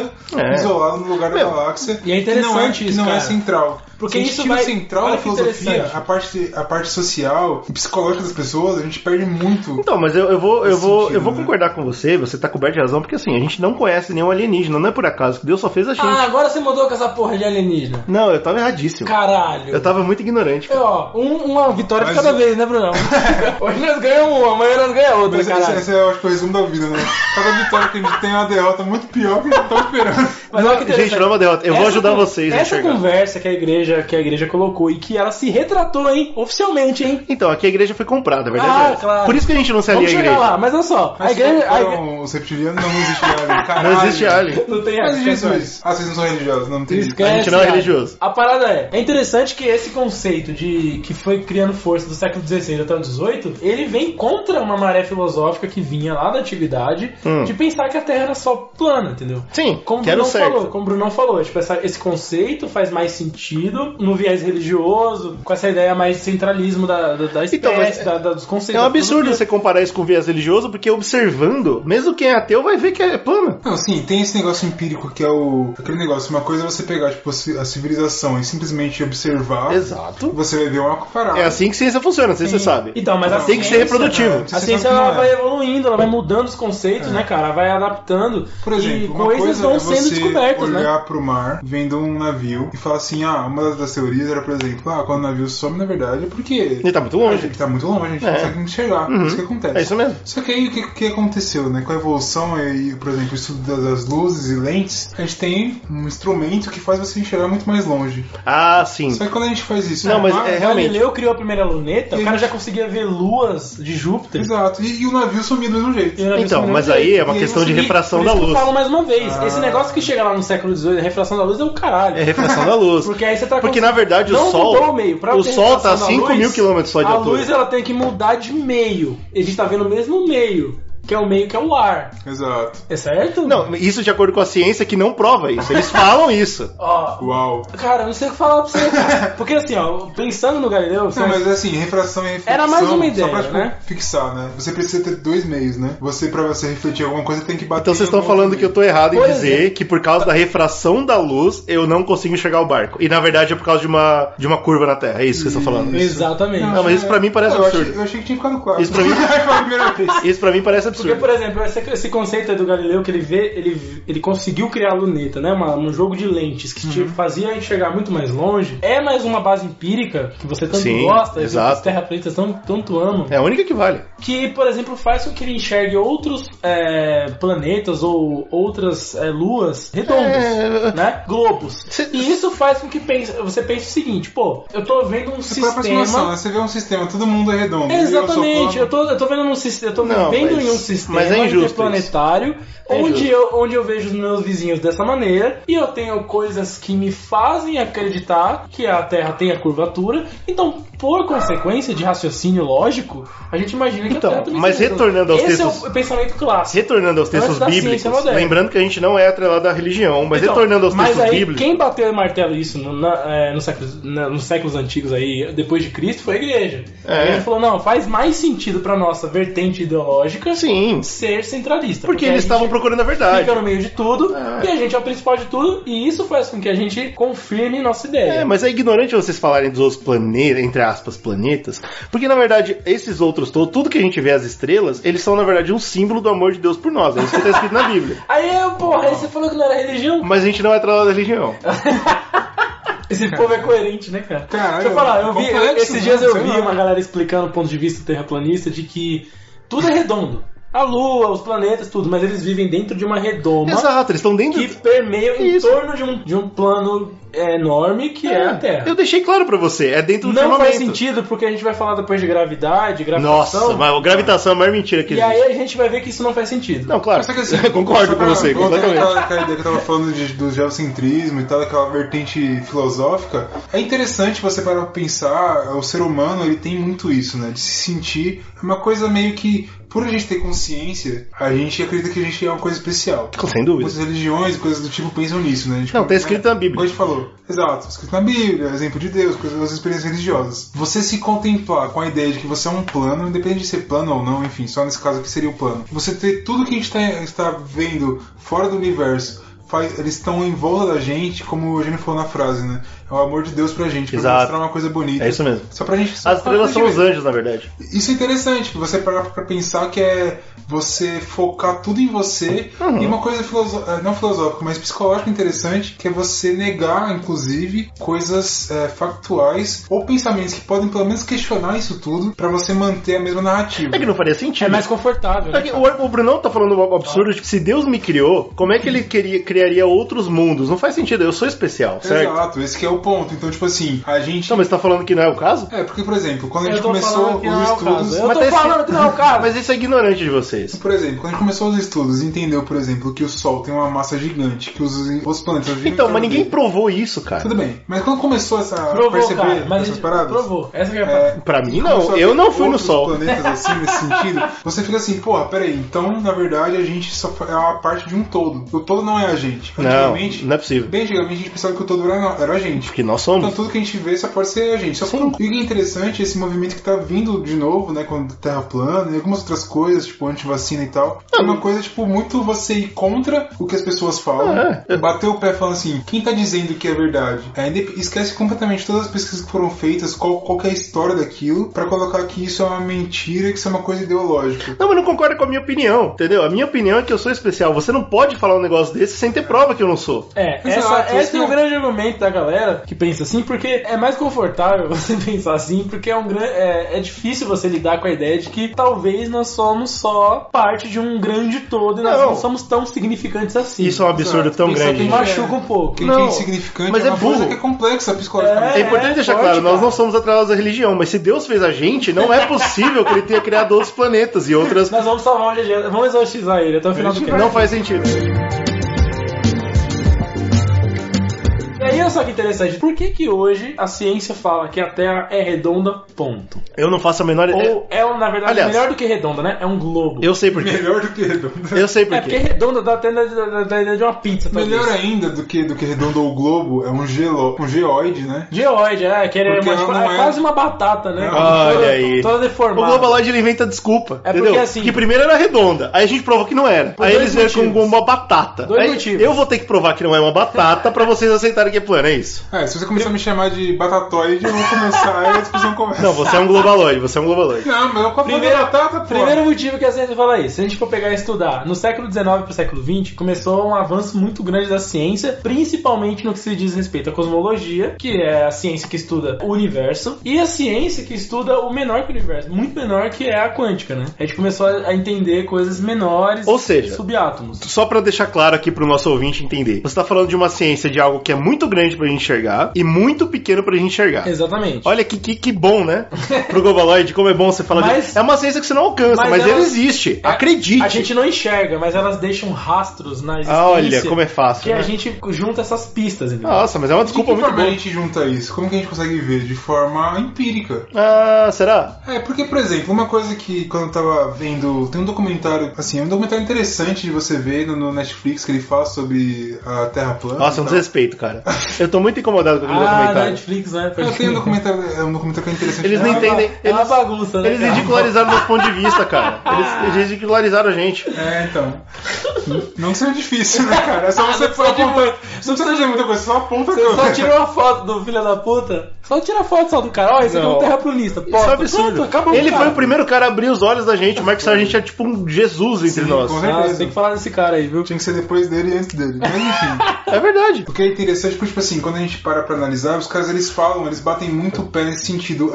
isolado no lugar da galáxia. E é interessante que não é central. Porque se a gente isso tira vai... o central da filosofia, a parte social e psicológica das pessoas, a gente perde muito. Então, mas eu vou concordar com você tá coberto de razão, porque assim, a gente não conhece nenhum alienígena, não é por acaso que Deus só fez a gente. Ah, agora você mudou com essa porra de alienígena. Não, eu tava erradíssimo. Caralho. Eu tava muito ignorante. Ó, uma vitória de cada vez, né, Brunão? Hoje nós ganhamos uma, amanhã nós ganhamos outra, mas caralho. Esse eu acho que é o resumo da vida, né? Cada vitória que a gente tem é uma derrota muito pior que a gente tá esperando. Mas não, gente, não é uma derrota. Eu vou ajudar vocês a essa enxergar. Conversa que a igreja colocou e que ela se retratou, hein? Oficialmente, hein? Então, aqui a igreja foi comprada, a verdade é. Claro. Por isso que a gente não se alia à igreja. Vamos chegar lá, mas olha só. Mas a igreja... os reptilianos não existe alien. Caralho. Não existe alien. Não tem Mas alien. Jesus. Ah, vocês não são religiosos, não tem isso. A gente não é religioso. A parada é interessante que esse conceito de que foi criando força do século XVI até o XVIII, ele vem contra uma maré filosófica que vinha lá da antiguidade de pensar que a Terra era só plana, entendeu? Sim, como o Brunão falou, tipo, esse conceito faz mais sentido no viés religioso, com essa ideia mais de centralismo da espécie, então, dos conceitos. É um absurdo você comparar isso com o viés religioso, porque observando, mesmo quem é ateu vai ver que é plana. Não, sim, tem esse negócio empírico que é aquele negócio, uma coisa é você pegar tipo, a civilização e simplesmente observar. Exato. Você vai ver uma parada. É assim que ciência funciona, não sei se você sabe. Então, mas tem que ser reprodutivo. A ciência ela vai evoluindo, ela vai mudando os conceitos, né, cara? Vai adaptando. Por exemplo, e uma coisas coisa vão é sendo você descobertas, olhar né? pro mar, vendo um navio e falar assim, uma das teorias era, por exemplo, quando o navio some, na verdade, é porque ele tá muito longe. Ele tá muito longe, a gente não consegue enxergar. Isso que acontece. É isso mesmo. Só que aí o que aconteceu, né? Com a evolução e, por exemplo, o estudo das luzes e lentes, a gente tem um instrumento que faz você enxergar muito mais longe. Ah, sim. Só que quando a gente faz isso... Não, mas realmente... Galileu criou a primeira luneta, o cara já conseguia ver luas de Júpiter. Exato. E o navio sumia do mesmo jeito. Então, mas aí é uma questão de refração da luz. Eu falo mais uma vez, esse negócio que chega lá no século XVIII, a refração da luz é o caralho. É refração da luz. Porque aí você tá na verdade o Sol... O Sol tá a 5 mil quilômetros só de altura. A luz ela tem que mudar de meio. A gente tá vendo o mesmo meio. Que é o meio que é o ar. Exato. É certo? Não, isso de acordo com a ciência que não prova isso. Eles falam isso. Uau. Cara, eu não sei o que falar pra você, cara. Porque assim, pensando no Galileu... Não, mas assim, refração e reflexão... Era mais uma ideia, só pra né? fixar, né? Você precisa ter dois meios, né? Pra você refletir alguma coisa, tem que bater... Então vocês estão falando que eu tô errado em dizer que por causa da refração da luz, eu não consigo enxergar o barco. E na verdade é por causa de uma curva na Terra. É isso que vocês estão falando. Exatamente. Não, mas isso pra mim parece absurdo. Eu achei que tinha ficado claro. Isso pra mim... Isso pra mim parece absurdo. Porque, por exemplo, esse conceito aí do Galileu que ele conseguiu criar a luneta, né? Um jogo de lentes que te fazia enxergar muito mais longe. É mais uma base empírica que você tanto gosta, que os terraplanistas tanto amam. É a única que vale. Que, por exemplo, faz com que ele enxergue outros planetas ou outras luas redondas, né? Globos. E isso faz com que você pense o seguinte, pô, eu tô vendo um sistema... Você vê um sistema, todo mundo é redondo. Exatamente, eu tô vendo um sistema, eu tô vivendo em um sistema interplanetário onde eu vejo os meus vizinhos dessa maneira e eu tenho coisas que me fazem acreditar que a Terra tem a curvatura. Então, por consequência de raciocínio lógico, a gente imagina que a Terra também mas retornando aos textos... Esse é o pensamento clássico. Retornando aos textos bíblicos, lembrando que a gente não é atrelado à religião, mas retornando aos textos bíblicos... Quem bateu o martelo isso nos séculos antigos aí, depois de Cristo, foi a igreja. A igreja falou, não, faz mais sentido pra nossa vertente ideológica ser centralista. Porque eles estavam procurando a verdade. Fica no meio de tudo, e a gente é o principal de tudo, e isso faz com que a gente confirme nossa ideia. Mas é ignorante vocês falarem dos outros planetas, entre aspas, planetas, porque na verdade, esses outros todos, tudo que a gente vê as estrelas, eles são na verdade um símbolo do amor de Deus por nós. É isso que está escrito na Bíblia. Aí você falou que não era religião? Mas a gente não é atrelado à religião. Esse povo é coerente, né, cara? Caralho, deixa eu falar, esses dias eu vi uma galera explicando o ponto de vista terraplanista de que tudo é redondo. A Lua, os planetas, tudo, mas eles vivem dentro de uma redoma. Exato, eles estão dentro... Que permeia em torno de um plano enorme que é a Terra. Eu deixei claro pra você, é dentro do Não firmamento. faz sentido, porque a gente vai falar depois de gravitação. Nossa, mas a gravitação é a maior mentira que existe. E aí a gente vai ver que isso não faz sentido. Não, claro, assim, concordo com você, completamente. Aquela ideia que eu tava falando do geocentrismo e tal, daquela vertente filosófica, é interessante você parar pra pensar, o ser humano, ele tem muito isso, né, de se sentir uma coisa meio que... Por a gente ter consciência, a gente acredita que a gente é uma coisa especial. Sem dúvida. Muitas religiões e coisas do tipo pensam nisso, né? Não, tá escrito na Bíblia. Como a gente falou. Exato, escrito na Bíblia, exemplo de Deus, coisas das experiências religiosas. Você se contemplar com a ideia de que você é um plano, independente de ser plano ou não, enfim, só nesse caso aqui seria o plano. Você ter tudo que a gente está vendo fora do universo eles estão em volta da gente, como o Eugênio falou na frase, né? É o amor de Deus pra gente, pra Exato. mostrar uma coisa bonita. É isso mesmo. Só pra gente... As estrelas são os anjos, na verdade. Isso é interessante, você parar pra pensar que é você focar tudo em você. E uma coisa não filosófica, mas psicológica interessante, que é você negar, inclusive, coisas factuais ou pensamentos que podem pelo menos questionar isso tudo pra você manter a mesma narrativa. É que não faria sentido. É mais confortável. É que o Brunão tá falando um absurdo, tipo, se Deus me criou, como é que ele criaria outros mundos? Não faz sentido, eu sou especial, certo? Exato, esse que é o ponto. Então, tipo assim, a gente... Não, mas você tá falando que não é o caso? É, porque, por exemplo, quando a gente Eu tô começou falando que não os é o estudos... caso. Eu tô falando que não é o caso. Mas isso é ignorante de vocês. Por exemplo, quando a gente começou os estudos e entendeu, por exemplo, que o Sol tem uma massa gigante, que os outros planetas... Então, mas ninguém provou isso, cara. Tudo bem, mas quando começou a Provou, perceber cara, mas essas paradas... provou. Essa que é a parada. Pra mim, começou não. a Eu ver não fui no outros Sol. planetas assim, nesse sentido, você fica assim, porra, peraí, então, na verdade, a gente só é uma parte de um todo. O todo não é a gente. Antigamente, Não é possível. bem antigamente, a gente pensava que o todo era a gente. Porque nós Então somos. tudo que a gente vê só pode ser a gente. Só que o que é interessante esse movimento que tá vindo de novo, né, com Terra plana e algumas outras coisas, tipo antivacina e tal. É uma coisa, tipo, muito você ir contra o que as pessoas falam. Bater o pé falando assim, quem tá dizendo que é verdade? Esquece completamente todas as pesquisas que foram feitas, qual que é a história daquilo, pra colocar que isso é uma mentira, que isso é uma coisa ideológica. Não, mas não concorda com a minha opinião, entendeu? A minha opinião é que eu sou especial. Você não pode falar um negócio desse sem ter prova que eu não sou. Exato, Esse é o grande argumento da galera que pensa assim, porque é mais confortável você pensar assim, porque é difícil você lidar com a ideia de que talvez nós somos só parte de um grande todo e nós não somos tão significantes assim. Isso é um absurdo tão Pensar grande. que gente. Machuca um pouco. Quem Não, é insignificante mas é é uma coisa burro. que é complexa psicologicamente. É importante deixar forte, claro, nós cara. não somos atrelados à religião, mas se Deus fez a gente, não é possível que ele tenha criado outros planetas e outras... Nós vamos salvar o GG, vamos exorcizar ele até o final do cast. Não faz sentido. E aí, olha só que interessante, por que hoje a ciência fala que a Terra é redonda, ponto? Eu não faço a menor ideia. Ou é, na verdade, Aliás, melhor do que redonda, né? É um globo. Eu sei por quê. Melhor do que redondo. Eu sei por É porque quê. redonda dá até da ideia de uma pizza, talvez. Melhor ainda do que redondo ou globo é um geoide, né? Geoide, que ele Porque ela não é- quase uma batata, né? Olha toda, aí. Toda O deformada. Globaloid ele inventa desculpa, É entendeu? porque, assim, que primeiro era redonda, aí a gente provou que não era. Por Aí dois eles vieram motivos. com uma batata. Dois Aí motivos. eu vou ter que provar que não é uma batata pra vocês aceitarem que é plano, é isso? Se você começar a me chamar de batatoide, eu vou começar e a discussão começa. Não, você é um Globaloid, você é um Globaloid. Não, mas eu com a Primeiro- batata, pô. Primeiro motivo que a ciência fala isso. Se a gente for pegar e estudar, no século XIX pro século XX, começou um avanço muito grande da ciência, principalmente no que se diz respeito à cosmologia, que é a ciência que estuda o universo, e a ciência que estuda o menor que o universo, muito menor, que é a quântica, né? A gente começou a entender coisas menores, Ou seja, subátomos. Só pra deixar claro aqui pro nosso ouvinte entender. Você tá falando de uma ciência de algo que é muito grande pra gente enxergar e muito pequeno pra gente enxergar. Exatamente. Olha que bom, né? Pro Globaloid, como é bom você falar Mas- de... É uma ciência que você não alcança, mas ela elas- existe. Acredite. A gente não enxerga, mas elas deixam rastros na existência. Olha, como é fácil, Que né? a gente junta essas pistas, entendeu? Nossa, mas é uma De que desculpa muito forma a boa. gente junta isso? Como que a gente consegue ver? De forma empírica. Ah, será? Porque, por exemplo, uma coisa que quando eu tava vendo... Tem um documentário, assim, é um documentário interessante de você ver no Netflix, que ele fala sobre a Terra plana. Nossa, é um e tal. desrespeito, cara. Eu tô muito incomodado com aquele documentário. Netflix, né? Tem um documentário, é um documentário que é interessante. Eles não entendem. É uma Eles, bagunça, né? eles cara? ridicularizaram nosso ponto de vista, cara. Eles ridicularizaram a gente. Então. Não que seja difícil, né, cara? É só você não pode- apontar. Você não precisa fazer muita coisa, só aponta a Você só câmera. tirou uma foto do filho da puta. Só tira a foto só do cara. Ó, esse aqui é Não. um terraplanista. Isso é absurdo. Pronto, acabou. Ele cara. foi o primeiro cara a abrir os olhos da gente. O Mark Sargent é tipo um Jesus entre Sim, nós. com Ah, certeza. você tem que falar desse cara aí, viu? Tinha que ser depois dele e antes dele. Mas enfim. É verdade. O que é interessante, porque, tipo assim, quando a gente para pra analisar, os caras eles falam, eles batem muito o pé nesse sentido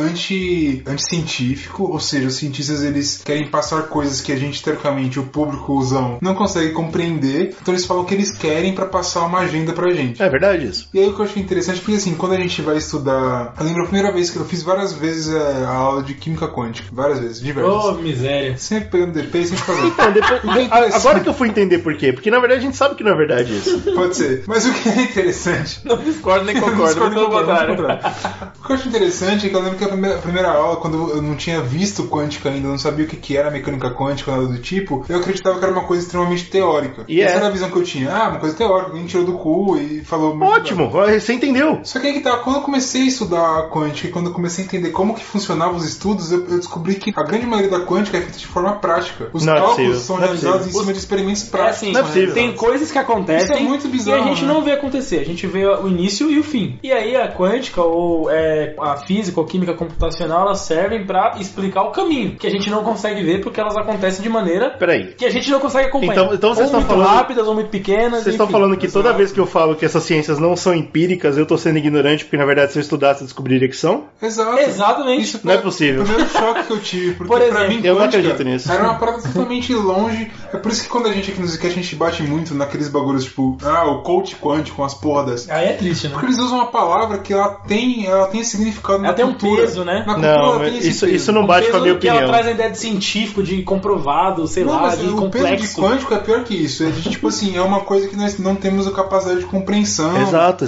anticientífico, ou seja, os cientistas eles querem passar coisas que a gente, teoricamente, o públicozão não consegue compreender, então eles falam o que eles querem pra passar uma agenda pra gente. É verdade isso. E aí o que eu achei interessante, porque assim, quando a gente vai estudar, eu lembro a primeira vez que eu fiz várias vezes a aula de química quântica, várias vezes, diversas. Ô, miséria. Sempre pegando DP, sempre fazendo. Então, depois, O que é interessante- agora que eu fui entender por quê. Porque na verdade a gente sabe que não é verdade isso. Pode ser. Mas o que é interessante... Não discordo nem Não concordo. discordo, Pelo não contrário. concordo. O que eu acho interessante é que eu lembro que a primeira aula, quando eu não tinha visto quântica ainda, eu não sabia o que era mecânica quântica, nada do tipo, eu acreditava que era uma coisa extremamente teórica. E essa é. era a visão que eu tinha. Uma coisa teórica, alguém tirou do cu e falou... Ótimo, você entendeu. Só que aí que tá, quando eu comecei a estudar a quântica e quando eu comecei a entender como que funcionavam os estudos, eu descobri que a grande maioria da quântica é feita de forma prática. Os cálculos são realizados em cima de experimentos práticos. Não é possível. Tem coisas que acontecem isso é muito bizarro, e a gente não vê acontecer. A gente vê o início e o fim. E aí a quântica ou a física ou química computacional, elas servem pra explicar o caminho, que a gente não consegue ver porque elas acontecem de maneira que a gente não consegue acompanhar. Então vocês estão muito rápidas ou muito pequenas. Vocês estão falando que toda vez que eu falo que essas ciências não são empíricas, eu tô sendo ignorante, porque na verdade se eu estudasse eu descobriria que são? Exato. Exatamente. Isso não é possível. O primeiro choque que eu tive, porque por exemplo, pra mim eu não acredito nisso. Era uma parada totalmente longe. É por isso que quando a gente aqui no Zcast a gente bate muito naqueles bagulhos tipo, o coach quântico com as porras. Aí é triste, né? Porque eles usam uma palavra que ela tem esse significado na cultura. Ela tem um peso, né? Na cultura não, ela tem esse peso. Isso não bate com a minha opinião. Ela traz a ideia de científico, de comprovado, sei lá, mas de o complexo. peso de quântico é pior que isso. É de, tipo assim, é uma coisa que nós não temos a capacidade de compreensão. Exato.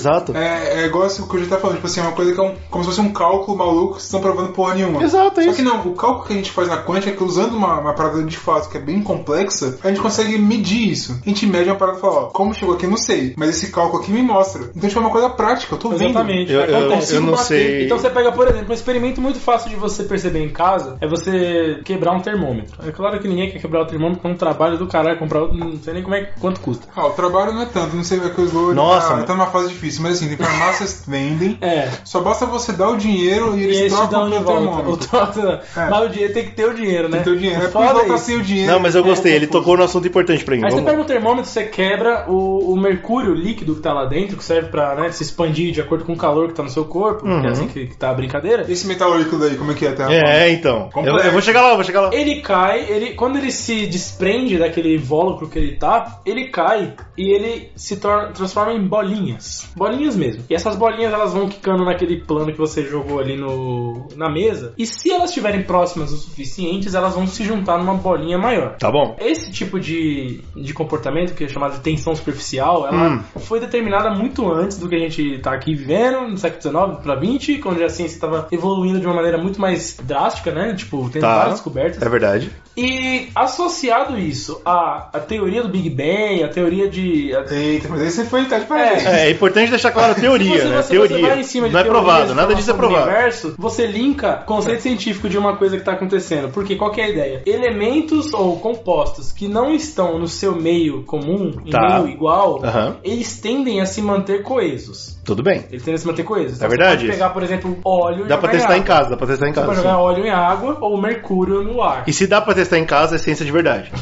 É igual o que eu já tava falando, tipo assim, é uma coisa que é como se fosse um cálculo maluco que vocês estão provando porra nenhuma. Exato, Só que não, o cálculo que a gente faz na quântica é que usando uma parada de fato que é bem complexa, a gente consegue medir isso. A gente mede uma parada e fala, como chegou aqui, eu não sei, mas esse cálculo aqui me mostra. Então, tipo, é uma coisa prática, eu tô vendo. Exatamente. Eu não sei. Então você pega, por exemplo, um experimento muito fácil de você perceber em casa é você quebrar um termômetro. É claro que ninguém quer quebrar o termômetro, é um trabalho do caralho, comprar outro, não sei nem quanto custa. O trabalho não é tanto, não sei o que eu estou. Nossa, tá numa fase difícil, mas assim, tem farmácias vendem. Só basta você dar o dinheiro e eles trocam pelo termômetro. Mas o dinheiro tem que ter o dinheiro, né? Tem que ter o dinheiro. É porque tá sem o dinheiro. Não, mas eu gostei, ele tocou no assunto importante pra mim. Aí você pega um termômetro, você quebra o mercúrio líquido que tá lá dentro, que serve pra se expandir de acordo com o calor que tá no seu corpo, que é assim que tá a brincadeira. Esse metal líquido aí, como é que é? Então. Eu vou chegar lá, Ele cai, quando ele se desprende daquele invólucro que ele tá, ele cai e ele se transforma em bolinhas. Bolinhas mesmo. E essas bolinhas, elas vão quicando naquele plano que você jogou ali na mesa. E se elas estiverem próximas o suficientes, elas vão se juntar numa bolinha maior. Tá bom. Esse tipo de comportamento, que é chamado de tensão superficial, ela foi determinada muito antes do que a gente tá aqui vivendo, no século XIX para XX, quando a ciência estava evoluindo de uma maneira muito mais drástica, né? Tipo, tendo várias descobertas. É verdade. E associado isso à teoria do Big Bang, a teoria de... Eita, mas aí você foi tarde pra gente. É importante deixar claro a teoria, né? Você vai em cima de não é provado, nada disso é provado. Universo, você linka conceito científico de uma coisa que está acontecendo. Porque qual que é a ideia? Elementos ou compostos que não estão no seu meio comum, em meio igual, eles tendem a se manter coesos. Tudo bem. Eles tendem a se manter coesos. Então, é verdade. Você pode pegar, por exemplo, óleo e dá pra testar em casa, Você pode jogar óleo em água ou mercúrio no ar. E se dá pra testar em casa, é ciência de verdade.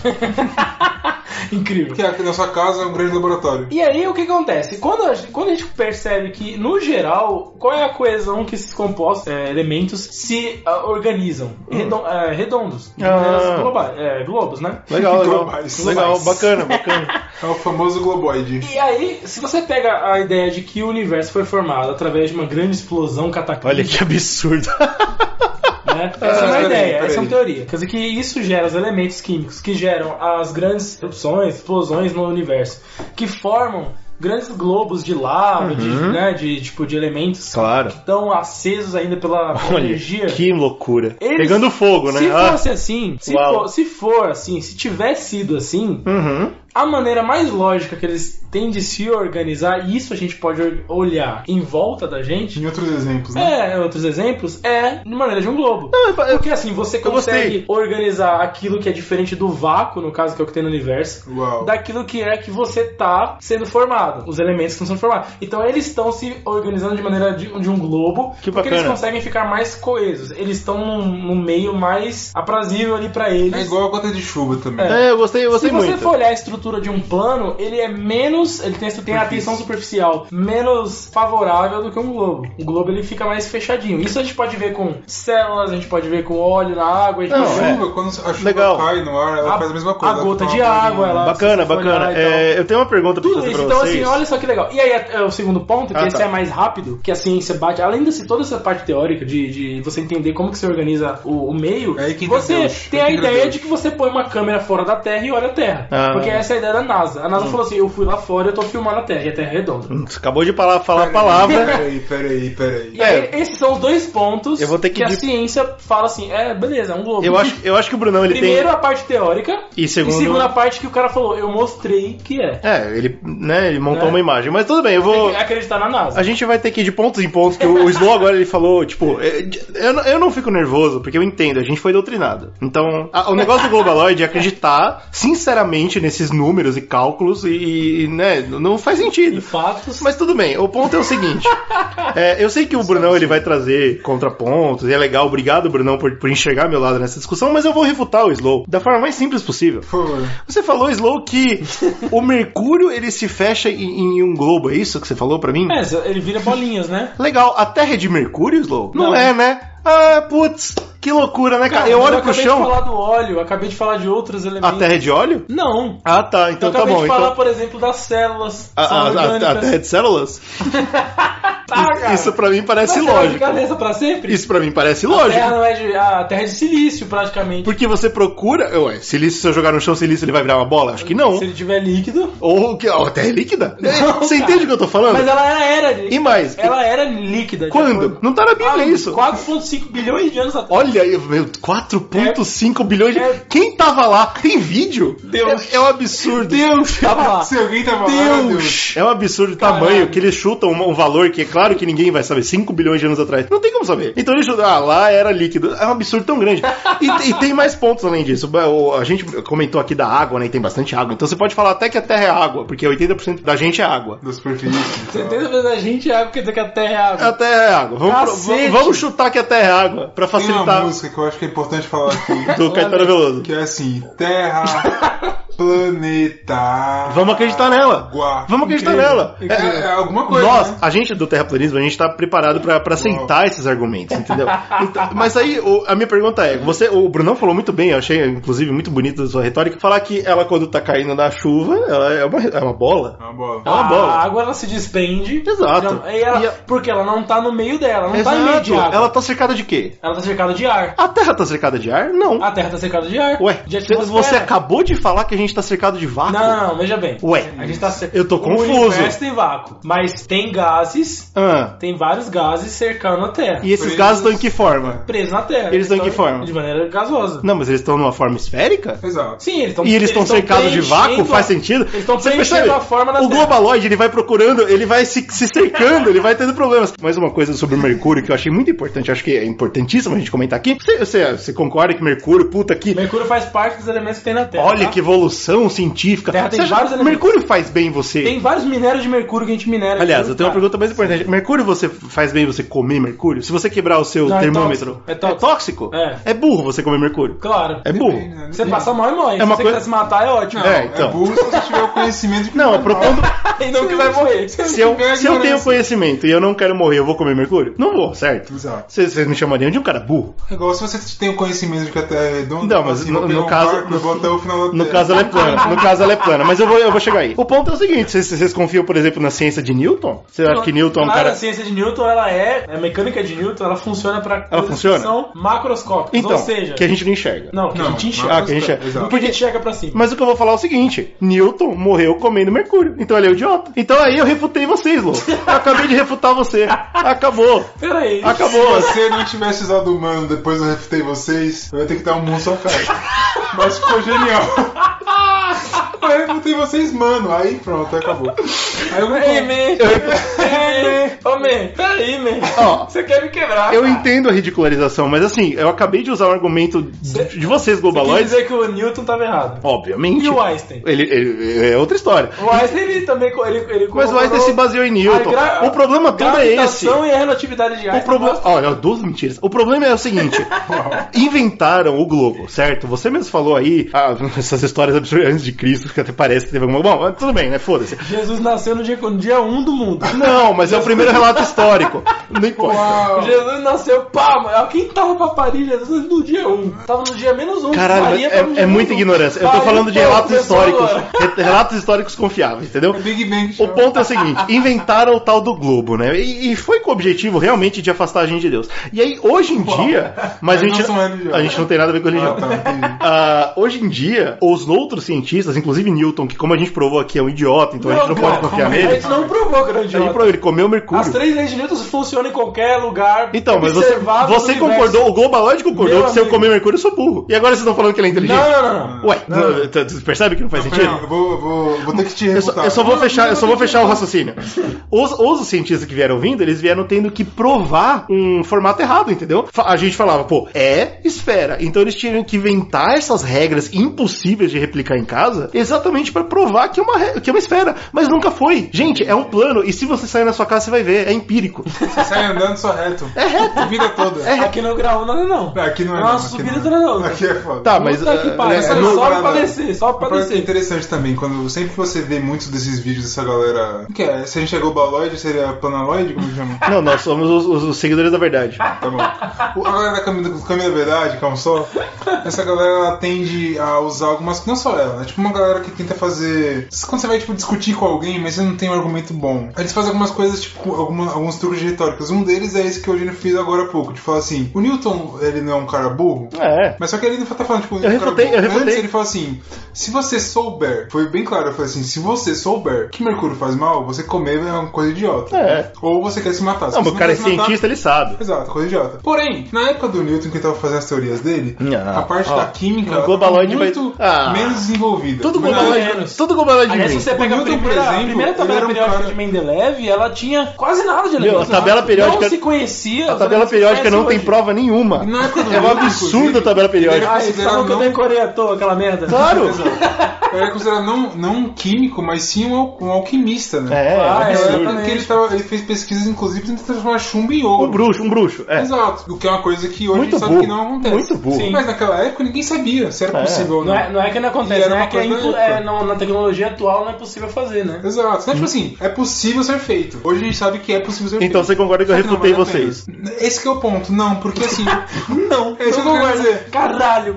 Incrível. Que aqui na sua casa é um grande laboratório. E aí, o que acontece? Quando a gente percebe que, no geral, qual é a coesão que esses compostos, elementos, se organizam? Redondos. De maneiras globos, né? Legal. Globais. Legal, bacana. É o famoso globoide. E aí, se você pega a ideia de que o universo foi formado através de uma grande explosão cataclísmica... Olha que absurdo. Essa é uma ideia, essa é uma teoria. Quer dizer que isso gera os elementos químicos que geram as grandes erupções, explosões no universo, que formam grandes globos de lava, de elementos que estão acesos ainda pela energia. Que loucura. Pegando fogo, né? Se fosse assim, se for assim, se tivesse sido assim, a maneira mais lógica que eles têm de se organizar, e isso a gente pode olhar em volta da gente. Em outros exemplos, né? Outros exemplos, de maneira de um globo. Porque assim, você consegue organizar aquilo que é diferente do vácuo, no caso que é o que tem no universo, daquilo que você tá sendo formado. Os elementos que estão sendo formados. Então eles estão se organizando de maneira de um globo, porque eles conseguem ficar mais coesos. Eles estão num meio mais aprazível ali pra eles. É igual a gota de chuva também. Eu gostei muito. Se você for olhar a estrutura de um plano, ele é menos... Ele tem a tensão superficial menos favorável do que um globo. O globo ele fica mais fechadinho. Isso a gente pode ver com células, a gente pode ver com óleo na água. Quando a chuva cai no ar, ela faz a mesma coisa. A gota de água, ela... Bacana. Eu tenho uma pergunta pra fazer pra vocês. Então, assim, olha só que legal. E aí, o segundo ponto, que esse é mais rápido, que a ciência bate, além de toda essa parte teórica de você entender como que se organiza o meio, você tem a ideia de que você põe uma câmera fora da Terra e olha a Terra. Porque essa é a ideia da NASA. A NASA falou assim, eu fui lá fora e eu tô filmando a Terra, e a Terra é redonda. Você acabou de falar a palavra. Peraí. E aí, esses são os dois pontos Eu vou ter que a ciência fala assim, beleza, é um globo. Eu acho que o Brunão, ele Primeiro tem... a parte teórica, E segundo a parte que o cara falou, eu mostrei que é. Ele montou uma imagem. Mas tudo bem, eu vou... Tem que acreditar na NASA. A gente vai ter que ir de pontos em pontos, que o Slow agora ele falou, tipo, eu não fico nervoso, porque eu entendo, a gente foi doutrinado. Então, o negócio do Globaloid é acreditar sinceramente nesses números e cálculos né, não faz sentido. E fatos. Mas tudo bem, o ponto é o seguinte, eu sei que o Brunão ele vai trazer contrapontos, e é legal, obrigado Brunão por enxergar meu lado nessa discussão, mas eu vou refutar o Slow da forma mais simples possível. Por favor. Você falou, Slow, que o Mercúrio ele se fecha em um globo, é isso que você falou pra mim? Ele vira bolinhas, né? Legal, a Terra é de Mercúrio, Slow? Não é, né? Putz, que loucura, né, cara? Cara, Eu olho pro chão... Eu acabei de falar do óleo, acabei de falar de outros elementos. A Terra é de óleo? Não. Ah, tá, então tá bom. Eu acabei de falar, então... por exemplo, das células. A Terra é de células? Cara. Isso pra mim parece Vai lógico. ficar nessa pra sempre? Isso pra mim parece lógico. A Terra é de silício, praticamente. Porque você procura... silício, se eu jogar no chão silício, ele vai virar uma bola? Acho que não. Se ele tiver líquido... Ou que a Terra é líquida? Não, você cara. entende o que eu tô falando? Mas ela era líquida. E mais? Ela era líquida. Quando? Não tá na Bíblia isso. 4,5 bilhões de anos atrás. Olha, 4,5 bilhões de... Quem tava lá? Tem vídeo? Deus. É um absurdo. Deus tava lá. Se alguém tava lá, Deus. É um absurdo de tamanho que eles chutam um valor que é claro que ninguém vai saber. 5 bilhões de anos atrás. Não tem como saber. Então eles chutam, lá era líquido. É um absurdo tão grande. E tem mais pontos além disso. A gente comentou aqui da água, né? E tem bastante água. Então você pode falar até que a Terra é água, porque 80% da gente é água. Da superfície. 70% da gente é água, quer dizer que a Terra é água. A Terra é água. Vamos chutar que a Terra é água, pra Tem facilitar. uma música que eu acho que é importante falar aqui. Do Caetano Veloso. Que é assim, Terra, planeta... Vamos acreditar nela. Água. Vamos acreditar Incrível. nela. É alguma coisa, Nós, né? a gente do terraplanismo, a gente tá preparado pra aceitar esses argumentos, entendeu? Então, mas aí, a minha pergunta é, o Brunão falou muito bem, eu achei, inclusive, muito bonito a sua retórica, falar que ela, quando tá caindo na chuva, ela é uma bola. É uma bola. É uma bola. A água, ela se desprende. Exato. Porque ela não tá no meio dela, não tá Exato. no meio de água. Ela tá cercada de quê? Ela tá cercada de ar. A Terra tá cercada de ar? Não. A Terra tá cercada de ar. Ué, de atmosfera. você acabou de falar que a gente tá cercado de vácuo? Não, veja bem. Ué, a gente tá eu tô confuso. O universo tem vácuo, mas tem gases, tem vários gases cercando a Terra. E esses gases estão em que forma? Presos na Terra. Eles estão em que forma? De maneira gasosa. Não, mas eles estão numa forma esférica? Exato. Sim, eles estão. E eles estão cercados de vácuo? Faz sentido? Eles estão Você preenchendo percebe? a forma da O Terra. globaloide, ele vai procurando, ele vai se cercando, ele vai tendo problemas. Mais uma coisa sobre o Mercúrio que eu achei muito importante, acho que é importantíssimo a gente comentar aqui. Você concorda que Mercúrio, puta que... Mercúrio faz parte dos elementos que tem na Terra. Olha tá? que evolução científica. A Terra tem Você acha vários que elementos. Mercúrio faz bem você? Tem vários minérios de mercúrio que a gente minera. Aliás, aqui, eu tenho uma cara. pergunta mais importante. Mercúrio, você faz bem você comer mercúrio? Se você quebrar o seu Não, é termômetro, tóxico. É tóxico? É. burro você comer mercúrio? Claro. É burro. Depende, né? Você passa mal e morre. É Se uma você coisa- quiser se matar, é ótimo. É, então. É burro se você tiver o conhecimento de que Não, vai é propondo... E não que vai morrer. Se eu tenho conhecimento e eu não quero morrer, eu vou comer mercúrio? Não vou, certo? Exato. Vocês me chamariam de um cara burro? É igual se você tem o conhecimento de que a Terra é redonda. Não, mas assim, no vou pegar um caso- barco e vou até o final da No Terra. caso ela é plana, no caso ela é plana, mas eu vou chegar aí. O ponto é o seguinte, vocês confiam, por exemplo, na ciência de Newton? Você acha que Newton é um Claro, cara... a ciência de Newton, a mecânica de Newton, ela funciona para Ela coisas funciona? que são macroscópicas. Então, ou seja, que a gente não enxerga. não, que a Não, gente enxerga. Ah, que a gente enxerga. Exato. Porque a gente enxerga pra cima. Mas o que eu vou falar é o seguinte, Newton morreu comendo mercúrio, então ele é um idiota. Então aí eu refutei vocês, Lô. Eu acabei de refutar você. Acabou. Pera aí. Acabou. Se você não tivesse usado o humano, depois eu refutei vocês, eu ia ter que dar um mundo só cara. Mas ficou genial. Eu refutei vocês, mano. Aí pronto, acabou. Aí eu vou Ei, man. Ô, man, peraí, man. Ó, Você quer me quebrar, eu cara. entendo a ridicularização, mas assim, eu acabei de usar um argumento de vocês, Quer globaloides. dizer que o Newton tava errado. Obviamente. E o Einstein? Ele é outra história. O Einstein, ele também... Ele Mas o Einstein se baseou em Newton. O problema todo é esse. A gravitação e a relatividade de O Einstein. problema. Olha, duas mentiras. O problema é o seguinte: inventaram o globo, certo? Você mesmo falou aí essas histórias absurdas antes de Cristo, que até parece que teve alguma. Bom, tudo bem, né? Foda-se. Jesus nasceu nasceu no dia 1 do mundo. Não, mas é o primeiro relato histórico. Não importa. Uau. Jesus nasceu, quem tava pra parir Jesus no dia 1? Tava no dia -1. Caralho, Maria tava no dia é muita -1. ignorância. Eu tô Aí, falando de pô, relatos começou históricos. agora. Relatos históricos confiáveis, entendeu? É Big Bang O Show. ponto é o seguinte, inventaram o tal do globo, né? E foi com o objetivo realmente de afastar a gente de Deus. E aí, hoje em dia... Mas a Mas gente, não são religiosos. a gente não tem nada a ver com religião. Ah, tá, entendi. Hoje em dia, os outros cientistas, inclusive Newton, que como a gente provou aqui é um idiota, então a gente não pode confiar A nele. gente não provou que era um A gente idiota. provou, ele comeu mercúrio. As 3 leis de Newton funcionam em qualquer lugar. Então, mas observável você do concordou, o Globaloid concordou Meu que se eu amigo. comer mercúrio eu sou burro. E agora vocês estão falando que ele é inteligente? Não. Ué, você percebe que não faz sentido? Não, eu vou ter que te refutar. Eu só vou fechar o raciocínio. Os cientistas que vieram vindo, eles vieram tendo que provar um formato errado, entendeu? A gente falava, pô, é esfera. Então eles tinham que inventar essas regras impossíveis de replicar em casa exatamente pra provar que é uma esfera. Mas nunca foi. Gente, é um plano. E se você sair na sua casa, você vai ver. É empírico. Você sai andando só reto. É reto. A vida toda. Aqui no grau não. Aqui não é Nossa, não, aqui subida não. atrás da outra. Aqui é foda. Tá, mas... Puta que pariu, é, sobe parada- pra descer, sobe pra Uma coisa que é descer. interessante também, sempre que você vê muitos desses vídeos dessa galera. O que é? Se a gente é globaloide, seria planaloide? Como chama? Não, nós somos os seguidores da verdade. Tá bom. A galera da Caminho da Verdade, calma só. Essa galera ela tende a usar algumas. Não só ela, né? Tipo uma galera que tenta fazer. Quando você vai tipo, discutir com alguém, mas você não tem um argumento bom. Eles fazem algumas coisas, tipo, alguns truques de retóricas. Um deles é esse que o Eugênio fez agora há pouco. De falar assim: o Newton, ele não é um cara burro? É. Mas só que ele não tá falando, tipo, Eu refutei. Antes ele fala assim: se você souber, foi bem claro, eu falei assim: se você souber que mercúrio faz mal, você comer é uma coisa idiota. É. Ou você quer se matar. Se Não, você mas o cara é quer se matar- cientista, ele sabe. Exato, coisa idiota. Porém, na época do Newton, que ele tava fazendo as teorias dele, Ah, a parte ó, da química o ela globaloide tava muito vai- Ah. menos desenvolvida. Tudo Mas, globaloide Aliás, vem. se você pega a Newton, por primeira exemplo, ele tabela era um periódica cara- de Mendeleev, ela tinha quase nada de Meu, elementos. a tabela periódica- Não se conhecia. A tabela periódica não tem prova nenhuma. na época do É um Newton, absurdo inclusive, a tabela periódica. ele Ah, eles falam que eu não- decorei à toa aquela merda. Claro! Ele era considerado não um químico, mas sim um alquimista, né? É, Ah, Naquela época exatamente. que ele fez pesquisas, inclusive, tentando transformar chumbo em ouro. Um bruxo. É. Exato. O que é uma coisa que hoje Muito a gente sabe burro. que não acontece. Muito burro. Sim. Mas naquela época ninguém sabia se era É. possível ou não. Não é que não E acontece, era né? uma É que coisa da época. na tecnologia atual não é possível fazer, né? Exato. Então, tipo assim, é possível ser feito. Hoje a gente sabe que é possível ser feito. Então você concorda que eu Só não refutei vale a pena. vocês? Esse que é o ponto. Não, porque assim... Não, É isso que eu quero dizer. Caralho.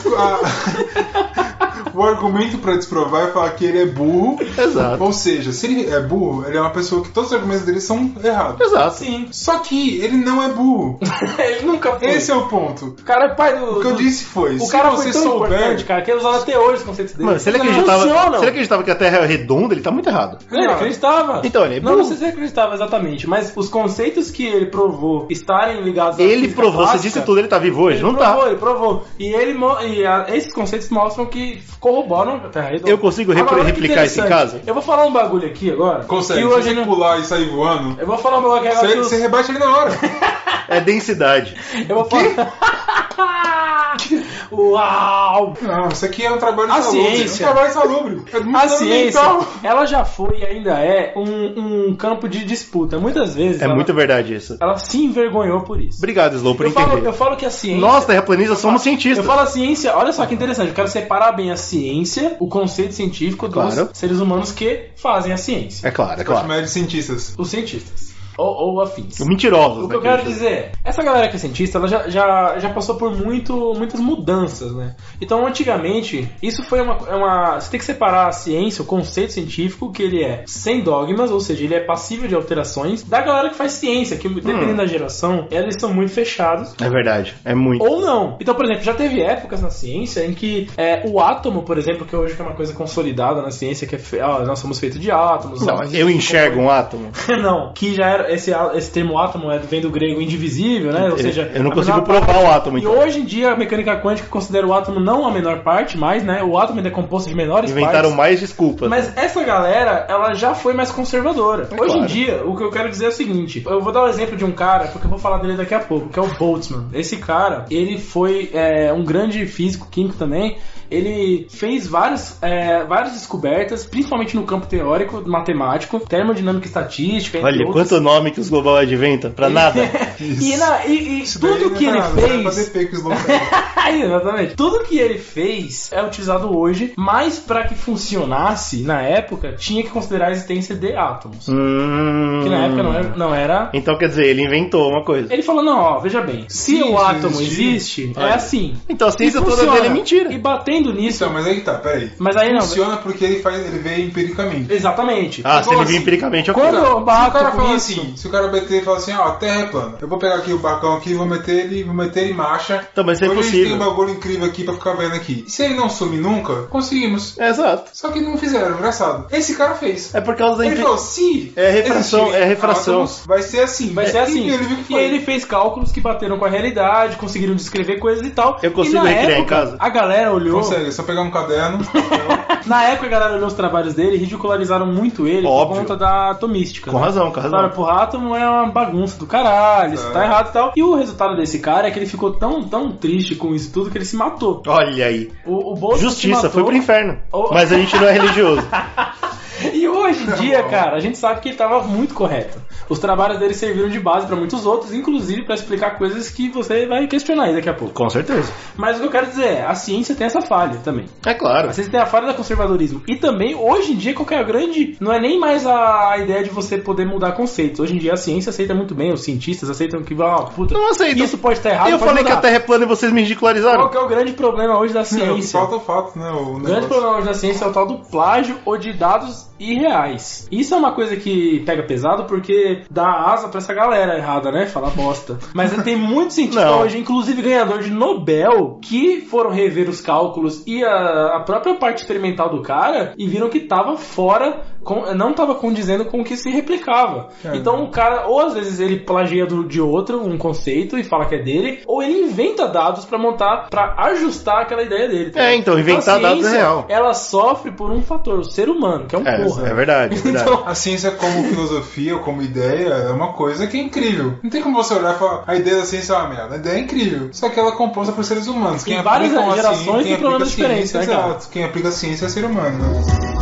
O argumento pra desprovar é falar que ele é burro. Exato. Ou seja, se ele é burro, ele é uma pessoa que todos os argumentos dele são errados. Exato. Sim. Só que ele não é burro. Ele nunca foi. Esse é o ponto. O cara é pai do... O que eu disse foi, O se cara você foi tão importante, souber... cara, que é usado até hoje os conceitos dele. Mano, se ele Não acreditava, funcionam. se ele acreditava que a Terra é redonda, ele tá muito errado. Ele acreditava. Então, ele é Não, burro. não sei se ele acreditava exatamente, mas os conceitos que ele provou estarem ligados à Ele física provou, você clássica, disse tudo, ele tá vivo hoje? ele Não provou, tá. Ele provou. E esses conceitos mostram que corroboram a Terra redonda. Eu consigo Agora, olha que replicar isso em interessante. casa? Eu vou falar um bagulho aqui agora. Consegue, E se hoje você não... pular e sair voando, Eu vou falar um bagulho aqui agora. você rebate ele na hora. É densidade. Eu vou falar... Uau! Não, isso aqui é um trabalho A insalubre. ciência. É um trabalho insalubre. É muito A ciência, fundamental. ela já foi e ainda é um campo de disputa. Muitas vezes É ela, muito verdade isso. ela se envergonhou por isso. Obrigado, Slow, por entender. Eu falo que a ciência... Nós, terraplanistas, somos cientistas. Eu falo a ciência, olha só que interessante, eu quero separar bem a ciência, o conceito científico dos Claro. seres humanos que fazem a ciência. É claro, é Pode claro. chamar de cientistas. Os cientistas. Ou afins. Mentirosos, O que eu quero dizer é, essa galera que é cientista, ela já passou por muitas mudanças, né? Então, antigamente, isso foi você tem que separar a ciência, o conceito científico, que ele é sem dogmas, ou seja, ele é passível de alterações, da galera que faz ciência, que dependendo da geração, eles são muito fechados. É verdade, é muito. Ou não. Então, por exemplo, já teve épocas na ciência em que o átomo, por exemplo, que hoje é uma coisa consolidada na ciência, que nós somos feitos de átomos. Não, eu enxergo um átomo. Não, que já era esse termo átomo vem do grego indivisível, né? Ou seja, eu não a consigo menor provar parte. o átomo, então. E hoje em dia a mecânica quântica considera o átomo não a menor parte, mas, né? O átomo ainda é composto de menores Inventaram partes. mais desculpas. Mas essa galera, ela já foi mais conservadora. Hoje claro. em dia, o que eu quero dizer é o seguinte: eu vou dar um exemplo de um cara, porque eu vou falar dele daqui a pouco, que é o Boltzmann. Esse cara, ele foi um grande físico, químico também. Ele fez várias descobertas, principalmente no campo teórico, matemático, termodinâmica e estatística. entre Olha, outros. quanto nome que os Global inventam? Pra nada. E tudo que ele fez... Exatamente. Tudo que ele fez é utilizado hoje, mas pra que funcionasse na época, tinha que considerar a existência de átomos. Que na época não era... Então quer dizer, ele inventou uma coisa. Ele falou, não, ó, veja bem, se o átomo existe, é assim. Então a ciência toda dele é mentira. E batendo nisso... Então, mas aí tá, peraí. Mas aí funciona porque ele vê empiricamente. Exatamente. Se ele vê empiricamente, é quando eu bato se o cara com fala isso... assim, se o cara bater e falar assim, ó, a Terra é plana. Eu vou pegar aqui o barcão aqui, vou meter ele em marcha. Então, mas isso é hoje impossível. a gente tem um bagulho incrível aqui pra ficar vendo aqui. E se ele não sumir nunca, conseguimos. Exato. Só que não fizeram, engraçado. Esse cara fez. É por causa da... Ele falou, se... É refração, átomos, vai ser assim. Vai ser assim. Ele viu que foi. E aí ele fez cálculos que bateram com a realidade, conseguiram descrever coisas e tal. Eu consigo e na recriar época, em casa? A galera olhou... Consegue, é só pegar um caderno. Na época a galera olhou os trabalhos dele e ridicularizaram muito ele Óbvio. por conta da atomística. Com razão, com razão. Claro, porra, átomo é uma bagunça do caralho, isso tá errado e tal. E o resultado desse cara é que ele ficou tão triste com isso tudo que ele se matou. Olha aí. O Bolsonaro Justiça, foi pro inferno. Mas a gente não é religioso. E hoje em dia, cara, a gente sabe que ele tava muito correto. Os trabalhos dele serviram de base pra muitos outros, inclusive pra explicar coisas que você vai questionar aí daqui a pouco. Com certeza. Mas o que eu quero dizer é, a ciência tem essa falha também. É claro. A ciência tem a falha do conservadorismo. E também, hoje em dia, qualquer grande... Não é nem mais a ideia de você poder mudar conceitos. Hoje em dia, a ciência aceita muito bem, os cientistas aceitam que, puta, não aceitam. Isso pode estar errado, Eu falei que a Terra é plana e vocês me ridicularizaram. Qual que é o grande problema hoje da ciência? Falta o fato, né? O grande problema hoje da ciência é o tal do plágio ou de dados irreais. Isso é uma coisa que pega pesado porque dá asa pra essa galera errada, né? Falar bosta. Mas tem muitos cientistas hoje, inclusive ganhador de Nobel, que foram rever os cálculos e a própria parte experimental do cara e viram que tava fora, não tava condizendo com o que se replicava. Então o cara, ou às vezes ele plagia de outro um conceito e fala que é dele, ou ele inventa dados pra montar, pra ajustar aquela ideia dele. Tá? Então inventar dados é real. Ela sofre por um fator, o ser humano, que é um porra. É verdade, é verdade. Então, a ciência como filosofia ou como ideia é uma coisa que é incrível. Não tem como você olhar e falar, a ideia da ciência é uma merda. A ideia é incrível. Só que ela é composta por seres humanos. Tem várias gerações e problemas diferentes, né, cara? Exato. Quem aplica a ciência é ser humano, né?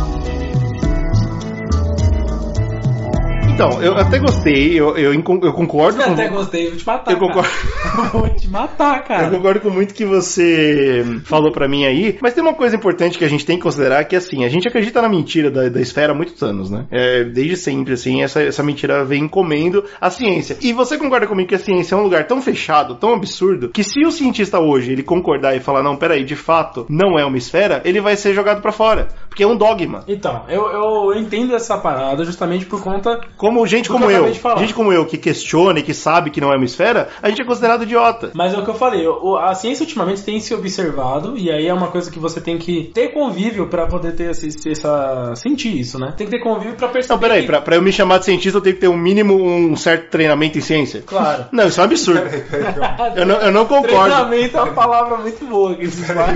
Então, eu até gostei, eu concordo eu com... até gostei, vou te matar. Eu concordo. Vou te matar, cara. Eu concordo com muito que você falou pra mim aí, mas tem uma coisa importante que a gente tem que considerar, que assim, a gente acredita na mentira da esfera há muitos anos, né? Desde sempre, assim, essa mentira vem comendo a ciência. E você concorda comigo que a ciência é um lugar tão fechado, tão absurdo, que se o cientista hoje, ele concordar e falar, não, peraí, de fato, não é uma esfera, ele vai ser jogado pra fora, porque é um dogma. Então, eu entendo essa parada justamente por conta... Como gente como eu, que questiona e que sabe que não é uma esfera, a gente é considerado idiota. Mas é o que eu falei, a ciência ultimamente tem se observado, e aí é uma coisa que você tem que ter convívio pra poder sentir isso, né? Tem que ter convívio pra perceber. Não, peraí, pra eu me chamar de cientista eu tenho que ter um certo treinamento em ciência? Claro. Não, isso é um absurdo. Eu não concordo. Treinamento é uma palavra muito boa que você fala.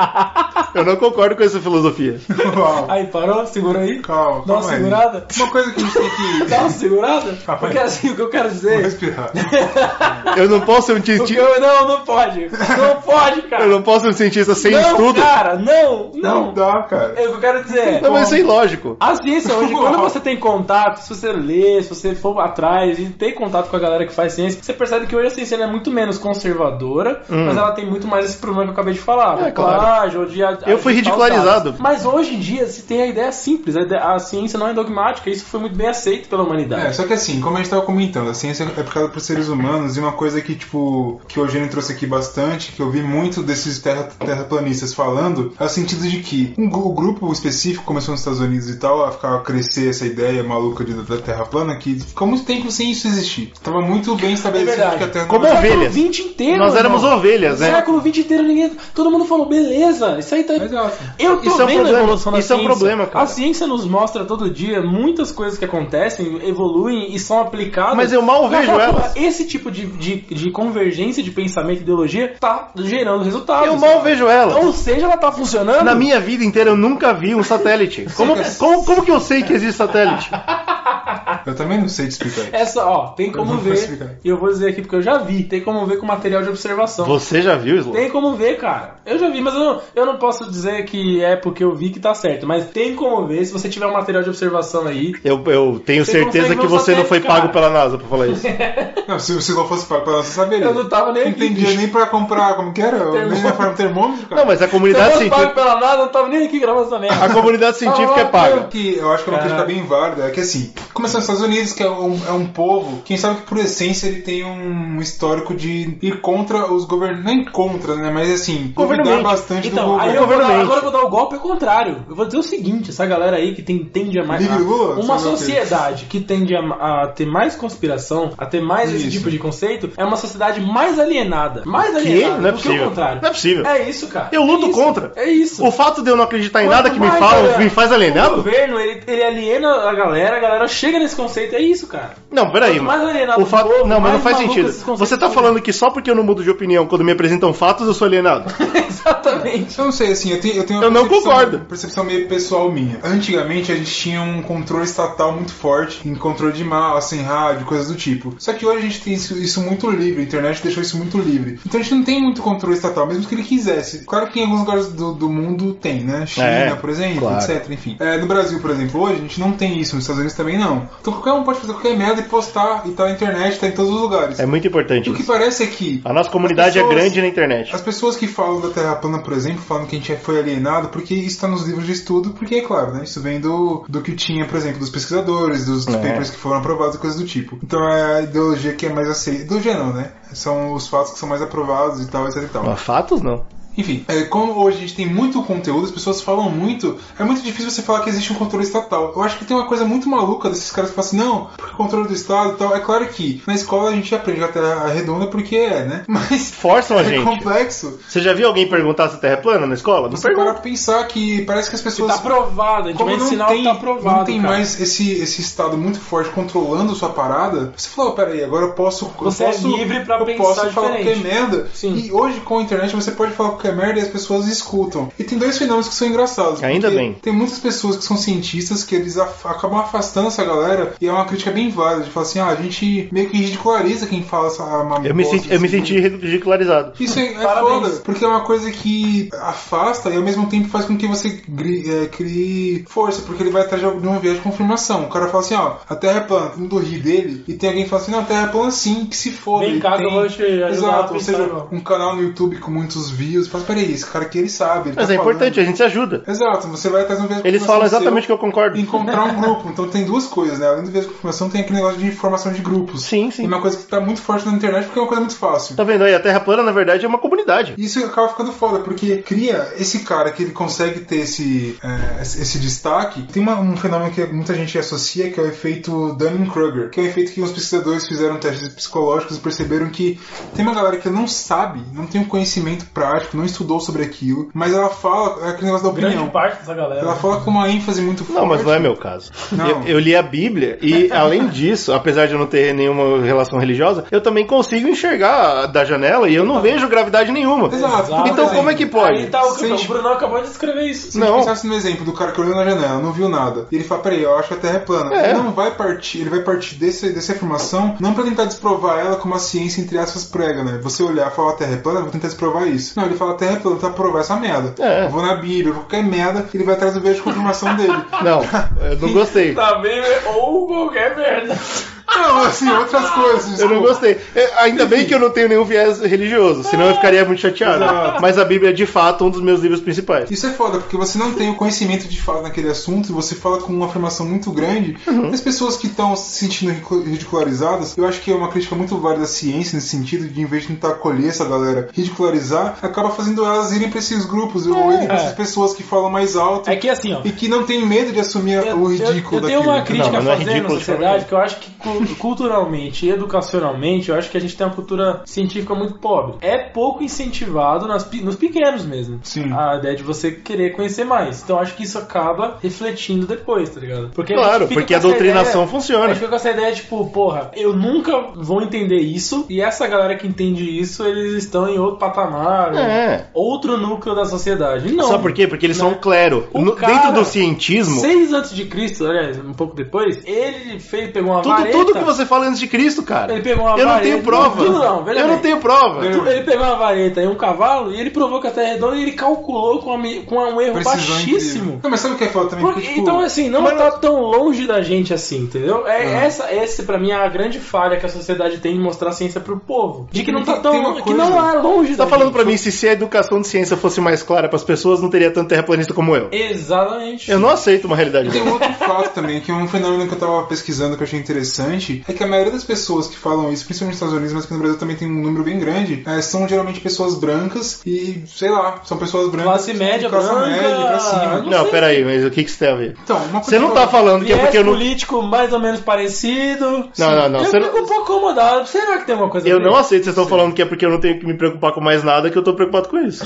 Eu não concordo com essa filosofia. Aí, parou? Segura aí. Calma. Dá uma segurada. Uma coisa que a gente tem que... Dá uma segurada? Porque assim, o que eu quero dizer... Vou respirar. Eu não posso ser um cientista... Não pode. Não pode, cara. Eu não posso ser um cientista sem não, estudo. Cara, não. Não dá, cara. É o que eu quero dizer. Não, mas isso é ilógico. A ciência hoje, quando você tem contato, se você lê, se você for atrás e ter contato com a galera que faz ciência, você percebe que hoje a ciência é muito menos conservadora, mas ela tem muito mais esse problema que eu acabei de falar. Claro. Eu fui ridicularizado. Mas hoje em dia se tem a ideia simples, a ciência não é dogmática, isso foi muito bem aceito pela humanidade. Só que assim, como a gente tava comentando, a ciência é aplicada por seres humanos, e uma coisa que, tipo, que o Eugênio trouxe aqui bastante, que eu vi muito desses terraplanistas falando, é o sentido de que o grupo específico começou nos Estados Unidos e tal, a crescer essa ideia maluca da Terra plana, que ficou muito tempo sem isso existir. Tava muito bem estabelecido que a Terra... Como ovelhas. Nós éramos ovelhas, né? No século XX inteiro, todo mundo falou, beleza, isso aí tá... Exato. Eu tô vendo a evolução da ciência. Isso é um problema, cara. A ciência nos mostra todo dia muitas coisas que acontecem, evoluem e são aplicadas. Mas eu mal vejo elas. Esse tipo de convergência de pensamento e ideologia tá gerando resultados. Eu mal vejo elas. Ou seja, ela tá funcionando. Na minha vida inteira eu nunca vi um satélite. Como que eu sei que existe satélite? Eu também não sei te explicar isso. Essa, ó, tem como não vou ver. explicar. E eu vou dizer aqui porque eu já vi. Tem como ver com material de observação. Você já viu, Slow? Tem como ver, cara. Eu já vi, mas eu não posso dizer que é porque eu vi que tá certo. Mas tem como ver, se você tiver um material de observação aí. Eu tenho Você certeza consegue que ver o você não foi satélite, pago cara. pela NASA pra falar isso. Não, se você não fosse pago pela você saberia. Eu não tava nem Não aqui. entendia nem pra comprar, como que era? Nem pra um termômetro, cara. Não, mas a Se eu comunidade fosse pago científica... pela NASA, eu não tava nem aqui gravando essa merda. A comunidade científica é paga. Que eu acho que é uma crítica bem válida, é que assim, começando nos Estados Unidos, que é um povo, quem sabe que por essência ele tem um histórico de ir contra os governos, não contra, né, mas assim, duvidar bastante do Então, aí governo. agora eu vou dar o golpe ao contrário. Eu vou dizer o seguinte, essa galera aí que tende a mais... Livre Lula? Uma Sabe o quê? sociedade que tende a ter mais conspiração, a ter mais esse Isso. tipo de conceito, é uma sociedade mais alienada. Mais alienada Não é do que o possível. contrário. Não é possível. É isso, cara. Eu luto É isso. contra. É isso. O fato de eu não acreditar em nada que me Quanto mais, falam galera, me faz O alienado? governo, ele aliena a galera chega nesse conceito, é isso, cara. Não, peraí. Quanto mais alienado O fato... o povo, Não, mas não mais faz maluco sentido. esses conceitos Você tá são. falando que só porque eu não mudo de opinião quando me apresentam fatos eu sou alienado? Exatamente. Eu não sei, assim, eu tenho uma Eu não concordo. percepção meio pessoal minha. Antigamente a gente tinha um controle estatal muito forte, em controle de massa, em rádio, coisas do tipo. Só que hoje a gente tem isso muito livre, a internet deixou isso muito livre. Então a gente não tem muito controle estatal, mesmo que ele quisesse. Claro que em alguns lugares do mundo tem, né? China, por exemplo, claro. etc. Enfim. No Brasil, por exemplo, hoje a gente não tem isso, nos Estados Unidos também não. Então qualquer um pode fazer qualquer merda e postar, e tá na internet, tá em todos os lugares. É muito importante E o que isso. parece é que A nossa comunidade as pessoas- é grande na internet. as pessoas que falam da Terra plana, por exemplo, falam que a gente foi alienado, porque isso está nos livros de estudo, porque é claro, né? Isso vem do que tinha, por exemplo, dos pesquisadores, dos papers que foram aprovados e coisas do tipo. Então é a ideologia que é mais aceita. Ideologia não, né? São os fatos que são mais aprovados e tal, etc e tal. Mas fatos não. Enfim, como hoje a gente tem muito conteúdo, as pessoas falam muito, é muito difícil você falar que existe um controle estatal. Eu acho que tem uma coisa muito maluca desses caras que falam assim, não, porque controle do Estado e tal. É claro que na escola a gente aprende a Terra redonda porque né? Mas Forçam a é gente. complexo. Você já viu alguém perguntar se a Terra é plana na escola? Não Você para pergunta. pra pensar que parece que as pessoas... Tá provado, a gente vai ensinar o que tá provado. Não tem cara. mais esse estado muito forte controlando sua parada. Você falou, peraí, agora eu posso... Você é livre pra eu pensar posso falar diferente. qualquer merda. Sim. E hoje com a internet você pode falar qualquer merda e as pessoas escutam. E tem dois fenômenos que são engraçados. Ainda porque bem. Tem muitas pessoas que são cientistas que eles acabam afastando essa galera e é uma crítica bem válida de falar assim, a gente meio que ridiculariza quem fala essa Eu me senti ridicularizado. Isso é Parabéns. foda, porque é uma coisa que afasta e ao mesmo tempo faz com que você crie força, porque ele vai atrás de uma viagem de confirmação. O cara fala assim, a Terra é plana, todo mundo ri dele, e tem alguém que fala assim, não, a Terra é plana sim, que se foda. Vem E cá que eu vou te ajudar a Exato, ou pensar seja, igual. um canal no YouTube com muitos views, fala, peraí, esse cara aqui ele sabe, ele Mas tá é importante, a falando. gente se ajuda. Exato, você vai atrás de uma viagem de Eles confirmação falam exatamente o que seu eu concordo. e encontrar um grupo. Então tem duas coisas, né? Além do viés de confirmação, tem aquele negócio de informação de grupos. Sim, sim. E uma coisa que tá muito forte na internet porque é uma coisa muito fácil. Tá vendo aí? A Terra plana, na verdade, é uma comunidade. Isso acaba ficando foda, porque cria esse cara que ele consegue ter esse destaque. Tem um fenômeno que muita gente associa, que é o efeito Dunning-Kruger, que é o efeito que os pesquisadores fizeram testes psicológicos e perceberam que tem uma galera que não sabe, não tem um conhecimento prático, não estudou sobre aquilo, mas ela fala, é aquele negócio da opinião. Grande parte dessa galera. Ela fala com uma ênfase muito forte. Não, mas não é meu caso. Não. Eu li a Bíblia e, além disso, apesar de eu não ter nenhuma relação religiosa, eu também consigo enxergar da janela e eu não vejo gravidade nenhuma. Exato. Exato. Então como é que pode? Aí tá o que Sente- o Bruno acabou de escrever isso. Se a gente Não. pensasse no exemplo do cara que olhou na janela, não viu nada, e ele fala, peraí, eu acho que a Terra é plana. É. Ele vai partir dessa afirmação, não pra tentar desprovar ela como a ciência, entre aspas, prega, né? Você olhar e falar a Terra é plana, eu vou tentar desprovar isso. Não, ele fala a Terra é plana, pra provar essa merda. É. Eu vou na Bíblia, eu vou qualquer merda, ele vai atrás do viés de confirmação dele. Não, eu não gostei. Tá bem, ou qualquer merda. Não, assim, outras coisas. Eu não desculpa. gostei. Ainda bem que eu não tenho nenhum viés religioso, senão eu ficaria muito chateado. Mas a Bíblia é de fato um dos meus livros principais. Isso é foda, porque você não tem o conhecimento de fato naquele assunto e você fala com uma afirmação muito grande. As pessoas que estão se sentindo ridicularizadas, eu acho que é uma crítica muito válida à ciência nesse sentido, de em vez de tentar acolher essa galera, ridicularizar, acaba fazendo elas irem pra esses grupos, ou irem pra essas pessoas que falam mais alto É que assim, ó. e que não tem medo de assumir o ridículo eu tenho daquilo. uma crítica Não, a mas não é fazer ridículo na de sociedade forma que eu acho que culturalmente e educacionalmente, eu acho que a gente tem uma cultura científica muito pobre. É pouco incentivado nos pequenos mesmo. Sim. A ideia de você querer conhecer mais. Então, eu acho que isso acaba refletindo depois, tá ligado? Porque claro, porque a doutrinação funciona. A gente fica com essa ideia, tipo, porra, eu nunca vou entender isso, e essa galera que entende isso, eles estão em outro patamar, outro núcleo da sociedade. Não. Sabe por quê? Porque eles são um clero. Cara, dentro do cientismo... 6 a.C., aliás, um pouco depois, ele pegou uma vareta... Tudo que você fala antes de Cristo, cara. Ele pegou uma vareta... não tenho prova. Eu não tenho prova. Ele pegou uma vareta e um cavalo, e ele provou que a Terra é redonda, e ele calculou com um erro baixíssimo. Não, mas sabe o que é foda também? Porque, então, assim, não tá tão longe da gente assim, entendeu? Essa pra mim é a grande falha que a sociedade tem em mostrar a ciência pro povo. De que não tá tão longe, que não é longe da gente. Tá falando pra mim, se a educação de ciência fosse mais clara pras pessoas, não teria tanto terraplanista como eu. Exatamente. Eu não aceito uma realidade dessa. Tem outro fato também, que é um fenômeno que eu tava pesquisando que eu achei interessante, é que a maioria das pessoas que falam isso, principalmente nos Estados Unidos, mas que no Brasil também tem um número bem grande, são geralmente pessoas brancas e, sei lá, são pessoas brancas. Classe média, classe branca, média pra cima. Não, peraí, mas o que você tem a ver? Então, você não tá falando que é porque eu não... político mais ou menos parecido. Não. Eu fico um pouco incomodado. Será que tem alguma coisa Eu não aceito, vocês estão falando que é porque eu não tenho que me preocupar com mais nada, que eu tô preocupado com isso.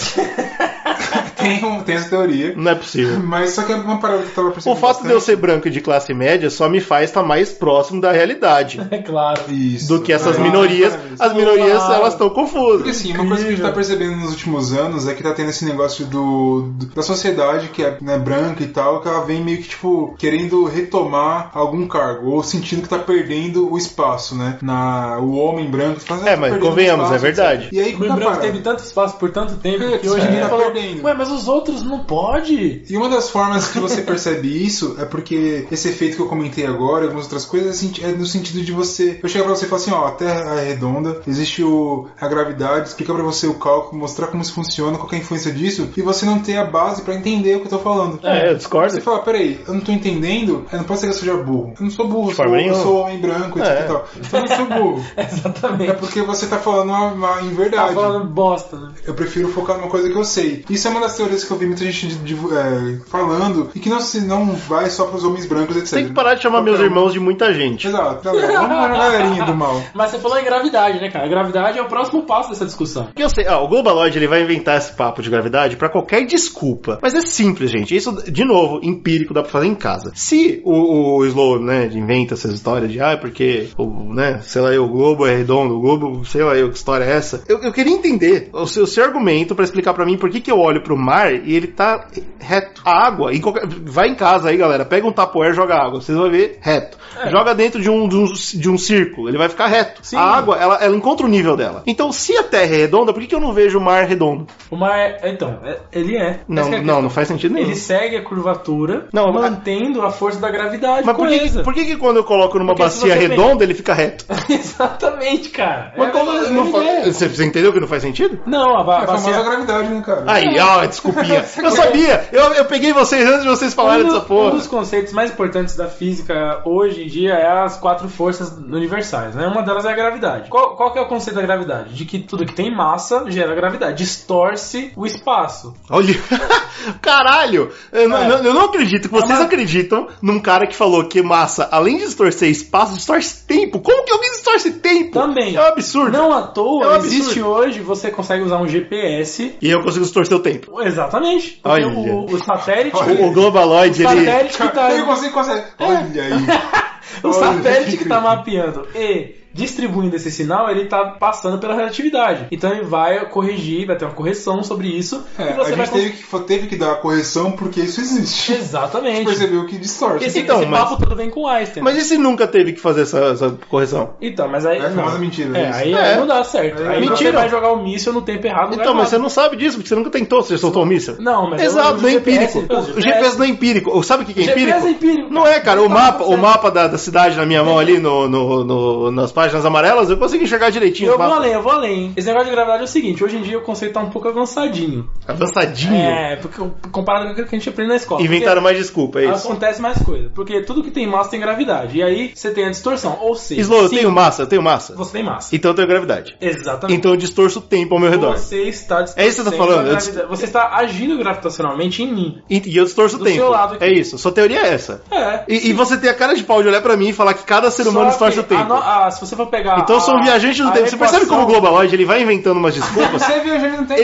Tem essa teoria. Não é possível. Mas só que é uma parada que eu tava percebendo. O fato de eu ser branco e de classe média só me faz estar mais próximo da realidade. É claro. Isso. Do que essas minorias. As minorias, elas estão confusas. Porque assim, uma coisa que a gente tá percebendo nos últimos anos é que tá tendo esse negócio da sociedade que é, né, branca e tal, que ela vem meio que, tipo, querendo retomar algum cargo, ou sentindo que tá perdendo o espaço, né? O homem branco... Mas convenhamos, é verdade. E aí, o homem branco teve tanto espaço por tanto tempo que hoje em dia tá perdendo. Ué, mas os outros não pode. E uma das formas que você percebe isso é porque esse efeito que eu comentei agora e algumas outras coisas é no sentido de você... Eu chegar pra você e falar assim, ó, a Terra é redonda, existe a gravidade, explicar pra você o cálculo, mostrar como isso funciona, qual é a influência disso, e você não ter a base pra entender o que eu tô falando. Eu discordo. Você fala, peraí, eu não tô entendendo, eu não posso ser que eu seja burro. Eu não sou burro, eu sou homem branco, etc e tal. Então eu não sou burro. Exatamente. É porque você tá falando uma em verdade. Tá falando bosta, né? Eu prefiro focar numa coisa que eu sei. Isso é uma das teorias que eu vi muita gente falando, e que não vai só pros homens brancos, etc. Tem que parar de chamar meus irmãos de muita gente. Exato, galera. Vamos na galerinha do mal. Mas você falou em gravidade, né, cara? A gravidade é o próximo passo dessa discussão. Eu sei, o Globaloid ele vai inventar esse papo de gravidade pra qualquer desculpa. Mas é simples, gente. Isso, de novo, empírico, dá pra fazer em casa. Se o Slow, né, inventa essas histórias de, porque, sei lá, o globo é redondo, o globo, sei lá, que história é essa? Eu queria entender o seu argumento pra explicar pra mim por que eu olho pro mar e ele tá reto. A água, vai em casa aí, galera, pega um tapoer e joga água, vocês vão ver reto. Joga dentro de um círculo, ele vai ficar reto. Sim. A água, ela encontra o nível dela. Então, se a Terra é redonda, por que eu não vejo o mar redondo? O mar ele é. Não faz sentido nenhum. Ele segue a curvatura, mantendo a força da gravidade. Mas por que quando eu coloco numa bacia redonda, ele fica reto? Exatamente, cara. Mas você entendeu que não faz sentido? Não, a famosa gravidade, né, cara? Aí, desculpinha. Eu sabia. Eu peguei vocês antes de vocês falarem dessa porra. Um dos conceitos mais importantes da física hoje em dia é as 4 forças universais, né? Uma delas é a gravidade. Qual que é o conceito da gravidade? De que tudo que tem massa gera gravidade. Distorce o espaço. Olha, caralho! Eu não acredito que vocês acreditam num cara que falou que massa, além de distorcer espaço, distorce tempo. Como que alguém distorce tempo? Também. É um absurdo. Não à toa, existe hoje, você consegue usar um GPS... E eu consigo distorcer o tempo. Exatamente. Olha. O satélite... O Globaloid, ele... Satélite que tá... Eu consigo... Olha aí. O satélite que tá mapeando distribuindo esse sinal, ele tá passando pela relatividade. Então ele vai corrigir, vai ter uma correção sobre isso. E você a gente teve que dar a correção porque isso existe. Exatamente. A gente percebeu que distorce. Esse papo todo vem com Einstein. Mas e se nunca teve que fazer essa correção? Então, mas aí... É a famosa mentira. Aí não dá certo. Aí você vai jogar o míssil no tempo errado. Então, mas você não sabe disso, porque você nunca tentou, você soltou o míssil. Não, mas... Exato, não é empírico. O GPS não é empírico. Sabe o que é empírico? GPS é empírico. Não é, cara. O mapa da cidade na minha mão ali, nas páginas páginas amarelas, eu consigo enxergar direitinho. Eu vou além. Esse negócio de gravidade é o seguinte, hoje em dia o conceito tá um pouco avançadinho. Avançadinho? É, porque comparado com aquilo que a gente aprende na escola. Inventaram mais desculpa, é isso. Acontece mais coisa. Porque tudo que tem massa tem gravidade. E aí você tem a distorção. Ou seja, Slow, eu tenho massa. Você tem massa. Então eu tenho gravidade. Exatamente. Então eu distorço o tempo ao meu redor. Você está distorcendo. É isso que você tá falando? Você está agindo gravitacionalmente em mim. E eu distorço o tempo. Seu lado aqui. É isso. Sua teoria é essa. É. E você tem a cara de pau de olhar pra mim e falar que cada ser humano distorce o tempo. Se você for pegar. Então eu sou um viajante do tempo. Você percebe como o Globaloid ele vai inventando umas desculpas? Você é viajante no tempo.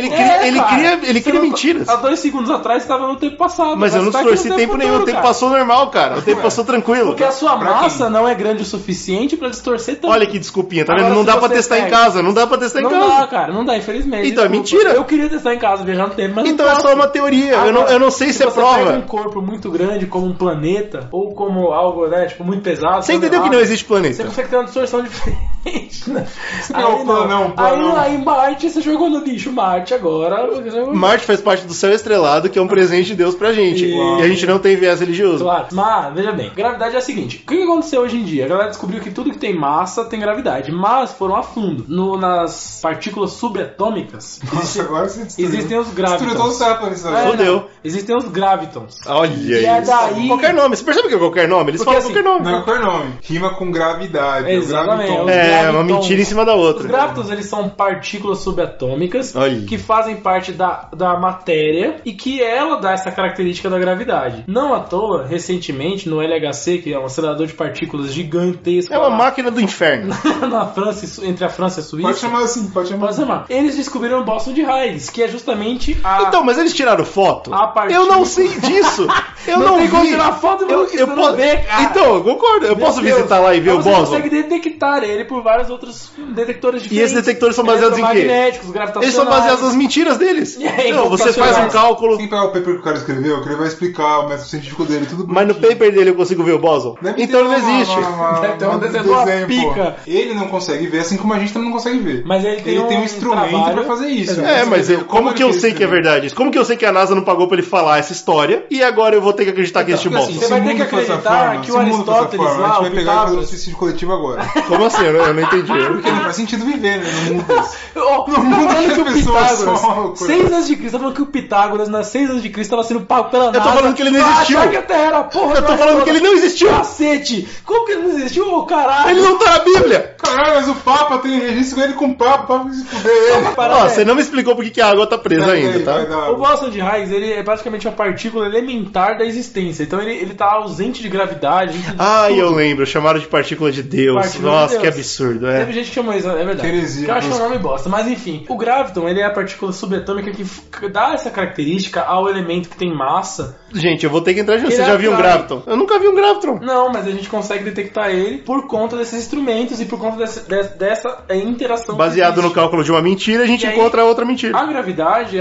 Ele cria mentiras. Há 2 segundos atrás você estava no tempo passado. Mas eu não distorci tempo nenhum. O tempo passou normal, cara. O tempo passou tranquilo. Porque a sua massa não é grande o suficiente pra distorcer tanto. Olha que desculpinha, tá vendo? Agora, não dá pra testar em casa. Não dá pra testar em casa. Não dá, cara. Não dá, infelizmente. Então é mentira. Eu queria testar em casa, viajar no tempo, mas então não é só uma teoria. Agora, eu não sei se é prova. Você pega um corpo muito grande, como um planeta, ou como algo, né, tipo, muito pesado. Você entendeu que não existe planeta? Você consegue ter uma distorção diferente, né? Você tem um planão. Aí Marte, você jogou no lixo. Marte agora. Marte faz parte do céu estrelado, que é um presente de Deus pra gente. E a gente não tem viés religioso. Claro. Mas, veja bem, gravidade é a seguinte. O que aconteceu hoje em dia? A galera descobriu que tudo que tem massa tem gravidade. Mas foram a fundo. Nas partículas subatômicas. Nossa, agora você destruiu. Existem os gravitons. Destruiu todos os sábados. Fodeu. Existem os gravitons. Olha E é daí... Qualquer nome. Você percebe que é qualquer nome? Eles falam assim, qualquer nome. Não é qualquer nome. Rima com gravidade. Exatamente. É uma mentira em cima da outra. Os gravitons, eles são partículas subatômicas Olha. que fazem parte da matéria e que ela dá essa característica da gravidade. Não à toa, recentemente, no LHC, que é um acelerador de partículas gigantesco. É uma máquina do inferno. Na França, entre a França e a Suíça. Pode chamar assim, pode chamar. Eles descobriram o Bóson de Higgs, que é justamente a... Então, mas eles tiraram foto? A partícula... Eu não sei disso. Eu não não tem vi. como tirar foto do que você não vê, cara. Então, eu concordo. Eu posso visitar lá e ver o Você Bóson? consegue detectar ele por vários outros detectores diferentes. E esses detectores são baseados em quê? Magnéticos, gravitacionais. Eles são baseados nas mentiras deles. Não, você faz um cálculo... Tem que pegar o paper que o cara escreveu, que ele vai explicar o método científico dele, tudo Mas no paper dele eu consigo ver o Bóson? Então ele não existe. Deve ter um desenho pica. Ele não consegue ver, assim como a gente também não consegue ver. Mas ele tem um instrumento trabalho pra fazer isso. Mas como que eu sei que é verdade isso? Como que eu sei que a NASA não pagou pra ele falar essa história e agora eu vou ter que acreditar que existe Bóson? Você vai ter que acreditar que o Aristóteles lá, a gente vai pegar e fazer um suicídio coletivo agora. Como assim? Eu não entendi. Porque não faz sentido viver, né? No mundo desse. No mundo que o Pitágoras, são 6 anos de Cristo, tá falando que o Pitágoras, nas 6 anos de Cristo, tava sendo pago pela NASA. Eu tô falando que ele não existiu. Que a Terra era porra. Eu tô falando que ele não existiu. Cacete. Como que ele não existiu? Ô, caralho. Ele não tá na Bíblia. Caralho, mas o Papa tem registro com ele com o Papa pra se fuder ele. Ó, você não me explicou por que a água tá presa ainda, tá? O Bóson de Higgs, ele é praticamente uma partícula elementar da existência. Então ele tá ausente de gravidade. Eu lembro. Chamaram de partícula de Deus. Partícula Nossa, de Deus. que absurdo. Teve gente que chamou isso, é verdade. Heresia, que eu acho um nome bosta. Mas enfim, o graviton, ele é a partícula subatômica que dá essa característica ao elemento que tem massa. Gente, eu vou ter que entrar junto. Ele Você já viu um atrai. graviton? Eu nunca vi um graviton. Não, mas a gente consegue detectar ele por conta desses instrumentos e por conta dessa interação. Baseado no cálculo de uma mentira, a gente encontra outra mentira. A gravidade,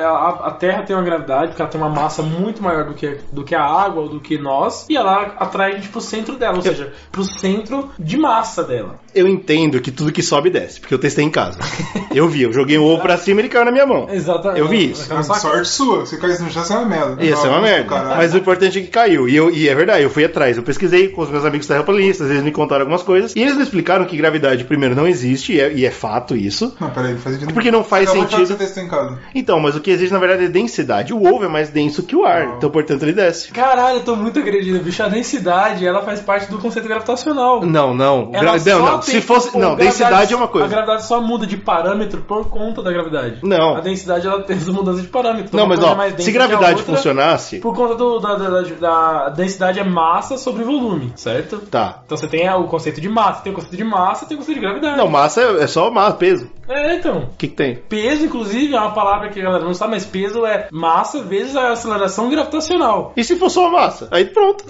a Terra tem uma gravidade, porque ela tem uma massa muito maior do que a água ou do que nós, e ela atrai a gente pro centro dela, ou seja, pro centro de massa dela. Eu entendo que tudo que sobe desce, porque eu testei em casa. Eu vi, eu joguei o ovo pra cima e ele caiu na minha mão. Exatamente. Eu vi isso. Sorte sua, se caísse no chão, você é uma merda. Ia ser uma merda. Mas o importante é que caiu. E é verdade, eu fui atrás. Eu pesquisei com os meus amigos terraplanistas, eles me contaram algumas coisas. E eles me explicaram que gravidade, primeiro, não existe, e é fato isso. Não, peraí, não faz sentido. Porque não faz sentido. Você testou em casa. Então, mas o que existe na verdade é densidade. O ovo é mais denso que o ar, então portanto ele desce. Caralho, eu tô muito agredido, bicho. A densidade, ela faz parte do conceito gravitacional. Não. Não. Se fosse. Não, densidade é uma coisa. A gravidade só muda de parâmetro por conta da gravidade. Não. A densidade, ela tem mudança de parâmetro. Não, mas ó, se gravidade funcionasse. Por conta da densidade é massa sobre volume, certo? Tá. Então você tem o conceito de massa, tem o conceito de massa, tem o conceito de gravidade. Não, massa é só massa, peso. Então. O que tem? Peso, inclusive, é uma palavra que a galera não sabe, mas peso é massa vezes a aceleração gravitacional. E se for só massa? Aí pronto.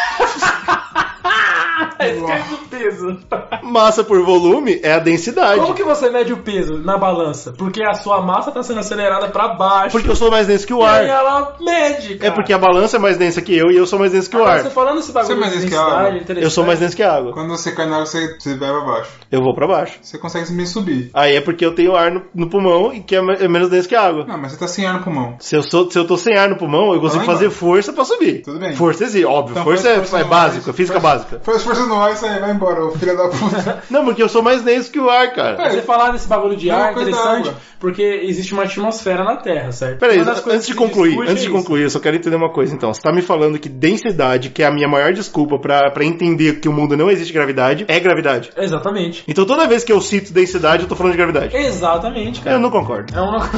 Esquece o peso. Massa por volume é a densidade. Como que você mede o peso na balança? Porque a sua massa está sendo acelerada para baixo. Porque eu sou mais denso que o e ar. aí ela mede, cara. É porque a balança é mais densa que eu e eu sou mais denso que o ar. Você falando esse bagulho Você é mais de denso que a água? densidade, interessante. Eu sou mais denso que a água. Quando você cai na água, você vai pra baixo. Eu vou pra baixo. Você consegue me subir. Aí é porque eu tenho ar no pulmão e que é menos denso que a água. Não, mas você tá sem ar no pulmão. Se eu tô sem ar no pulmão, eu consigo fazer força pra subir. Tudo bem. Força existe, óbvio. Então, força é no básica, ar, física básica. Faz força no ar e sai, vai embora, ô filho da puta. Não, porque eu sou mais denso que o ar, cara. Você falar desse bagulho de ar é coisa da interessante, água. porque existe uma atmosfera na Terra, certo? Peraí, Uma das coisas antes de que se concluir, discute é isso. eu só quero entender uma coisa, então. Você tá me falando que densidade, que é a minha maior desculpa pra entender que o mundo não existe gravidade, é gravidade. Exatamente. Então toda vez que eu cito densidade, eu tô falando de gravidade. Exatamente, cara. Eu não concordo. É uma...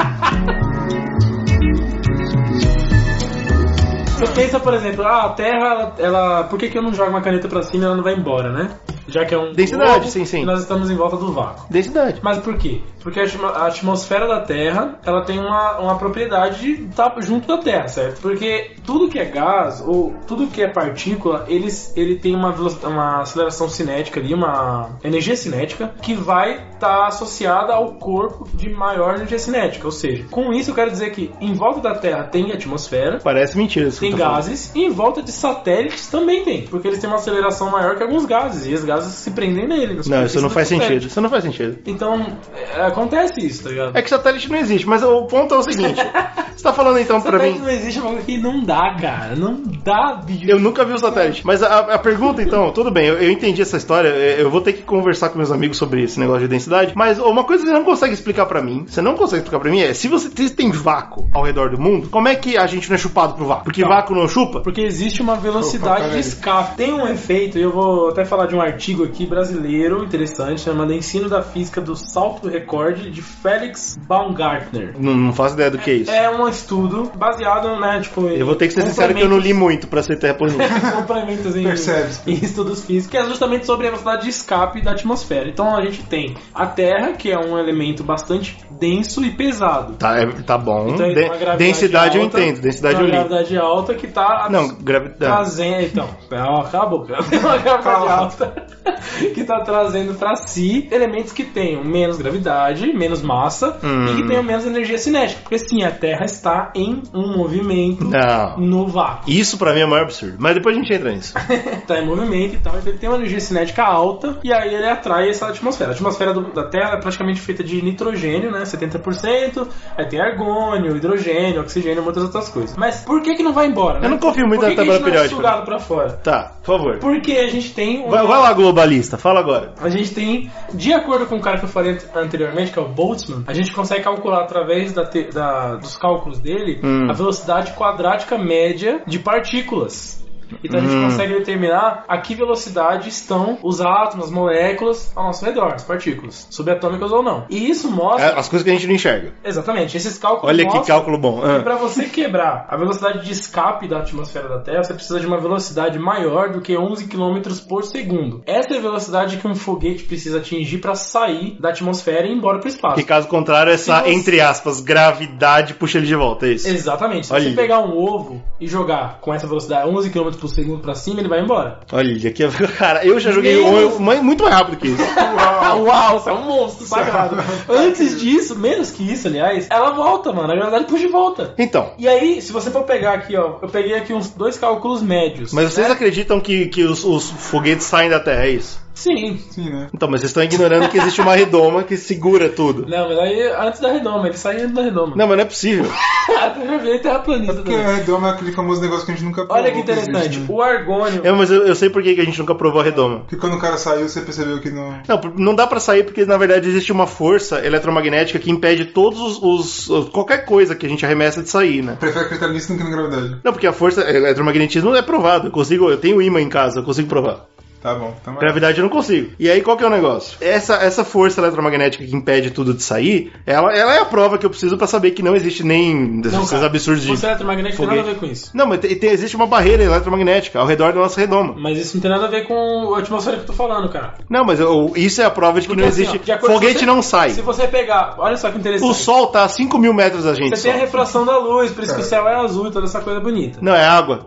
Você pensa, por exemplo, a Terra, ela... Por que eu não jogo uma caneta pra cima e ela não vai embora, né? Já que é um Densidade, globo sim. e nós estamos em volta do vácuo. Densidade. Mas por quê? Porque a atmosfera da Terra, ela tem uma propriedade de estar junto da Terra, certo? Porque tudo que é gás, ou tudo que é partícula, ele tem uma aceleração cinética ali, uma energia cinética, que vai estar associada ao corpo de maior energia cinética. Ou seja, com isso eu quero dizer que em volta da Terra tem atmosfera, Parece mentira isso. tem que eu tô falando. gases, e em volta de satélites também tem. Porque eles têm uma aceleração maior que alguns gases, e os gases se prendem nele. Não, isso não faz sentido. Isso não faz sentido. Então, acontece isso, tá ligado? É que satélite não existe, mas o ponto é o seguinte. Você tá falando então pra Satélite mim... não existe, mas que não dá, cara. Não dá, bicho. Eu nunca vi o satélite. Mas a pergunta, então, tudo bem, eu entendi essa história. Eu vou ter que conversar com meus amigos sobre esse negócio de densidade. Mas uma coisa que você não consegue explicar pra mim, é se você tem vácuo ao redor do mundo, como é que a gente não é chupado pro vácuo? Porque Tá. vácuo não chupa? Porque existe uma velocidade Opa, de escape. Tem um efeito, e eu vou até falar de um artigo aqui brasileiro interessante, chamado Ensino da Física do Salto Recorde, de Felix Baumgartner. Não faço ideia do que é isso. É um estudo baseado, né, tipo... Eu vou ter que ser sincero que eu não li muito pra ser terraplanista. complementos em Percebe-se. estudos físicos, que é justamente sobre a velocidade de escape da atmosfera. Então a gente tem a Terra, que é um elemento bastante denso e pesado. Tá bom. Então, ele tem uma gravidade Densidade alta, eu entendo. Densidade eu uma li. gravidade alta que tá Não, gravidade. trazendo... Então, cala a boca. Tem uma gravidade alta que tá trazendo pra si elementos que tenham menos gravidade, menos massa e que tenham menos energia cinética. Porque sim, a Terra está em um movimento Não. no vácuo. Isso pra mim é o maior absurdo. Mas depois a gente entra nisso. Tá em movimento e tal, então ele tem uma energia cinética alta e aí ele atrai essa atmosfera. A atmosfera da Terra é praticamente feita de nitrogênio, né, 70%, aí tem argônio, hidrogênio, oxigênio e muitas outras coisas. Mas por que não vai embora, né? Eu não confio muito Por na que tabela que a gente não é periódica. sugado pra fora? Tá, por favor. Porque a gente tem Vai lá, globalista, fala agora. A gente tem, de acordo com o cara que eu falei anteriormente, que é o Boltzmann, a gente consegue calcular através dos cálculos dele a velocidade quadrática média de partículas. Então a gente consegue determinar a que velocidade estão os átomos, as moléculas ao nosso redor, as partículas, subatômicas ou não. E isso mostra... As coisas que a gente não enxerga. Exatamente, esses cálculos Olha que mostram cálculo bom. que para você quebrar a velocidade de escape da atmosfera da Terra, você precisa de uma velocidade maior do que 11 km por segundo. Essa é a velocidade que um foguete precisa atingir para sair da atmosfera e ir embora para o espaço. Que caso contrário, essa, Se você- entre aspas, gravidade puxa ele de volta, é isso? Exatamente. Se Olha. você pegar um ovo e jogar com essa velocidade 11 km por segundo para cima, ele vai embora. Olha, que cara, eu já joguei muito mais rápido que isso. Uau, você é um monstro sagrado. Antes disso, menos que isso, aliás, ela volta, mano. A gravidade puxa de volta. Então, E aí, se você for pegar aqui, ó, eu peguei aqui uns 2 cálculos médios. mas vocês né? acreditam que os foguetes saem da Terra, é isso? Sim. Sim, né? Então, mas vocês estão ignorando que existe uma redoma que segura tudo. Não, mas aí antes da redoma, ele sai antes da redoma. Não, mas não é possível. Eu já vi terraplanista Porque também. a redoma é aquele famoso negócio que a gente nunca provou. Olha que interessante, existe, né? o argônio... Mas eu sei por que a gente nunca provou a redoma. Porque quando o cara saiu, você percebeu que não... Não dá pra sair porque, na verdade, existe uma força eletromagnética que impede qualquer coisa que a gente arremessa de sair, né? Prefere acreditar nisso do que na gravidade. Não, porque a força eletromagnetismo é provado. Eu tenho ímã em casa, eu consigo provar. Tá bom, tá mais. Gravidade eu não consigo. E aí, qual que é o negócio? Essa força eletromagnética que impede tudo de sair, ela é a prova que eu preciso pra saber que não existe nem esses cara, absurdos de... Força eletromagnética tem nada a ver com isso. Não, mas existe uma barreira eletromagnética ao redor da nossa redoma. Mas isso não tem nada a ver com a atmosfera que eu tô falando, cara. Não, mas isso é a prova de que Porque, não assim, existe... ó, de acordo com Foguete você- não sai. Se você pegar... Olha só que interessante. O Sol tá a 5 mil metros da gente. Você tem a só. refração da luz, por isso que o céu é azul e toda essa coisa bonita. Não, é água.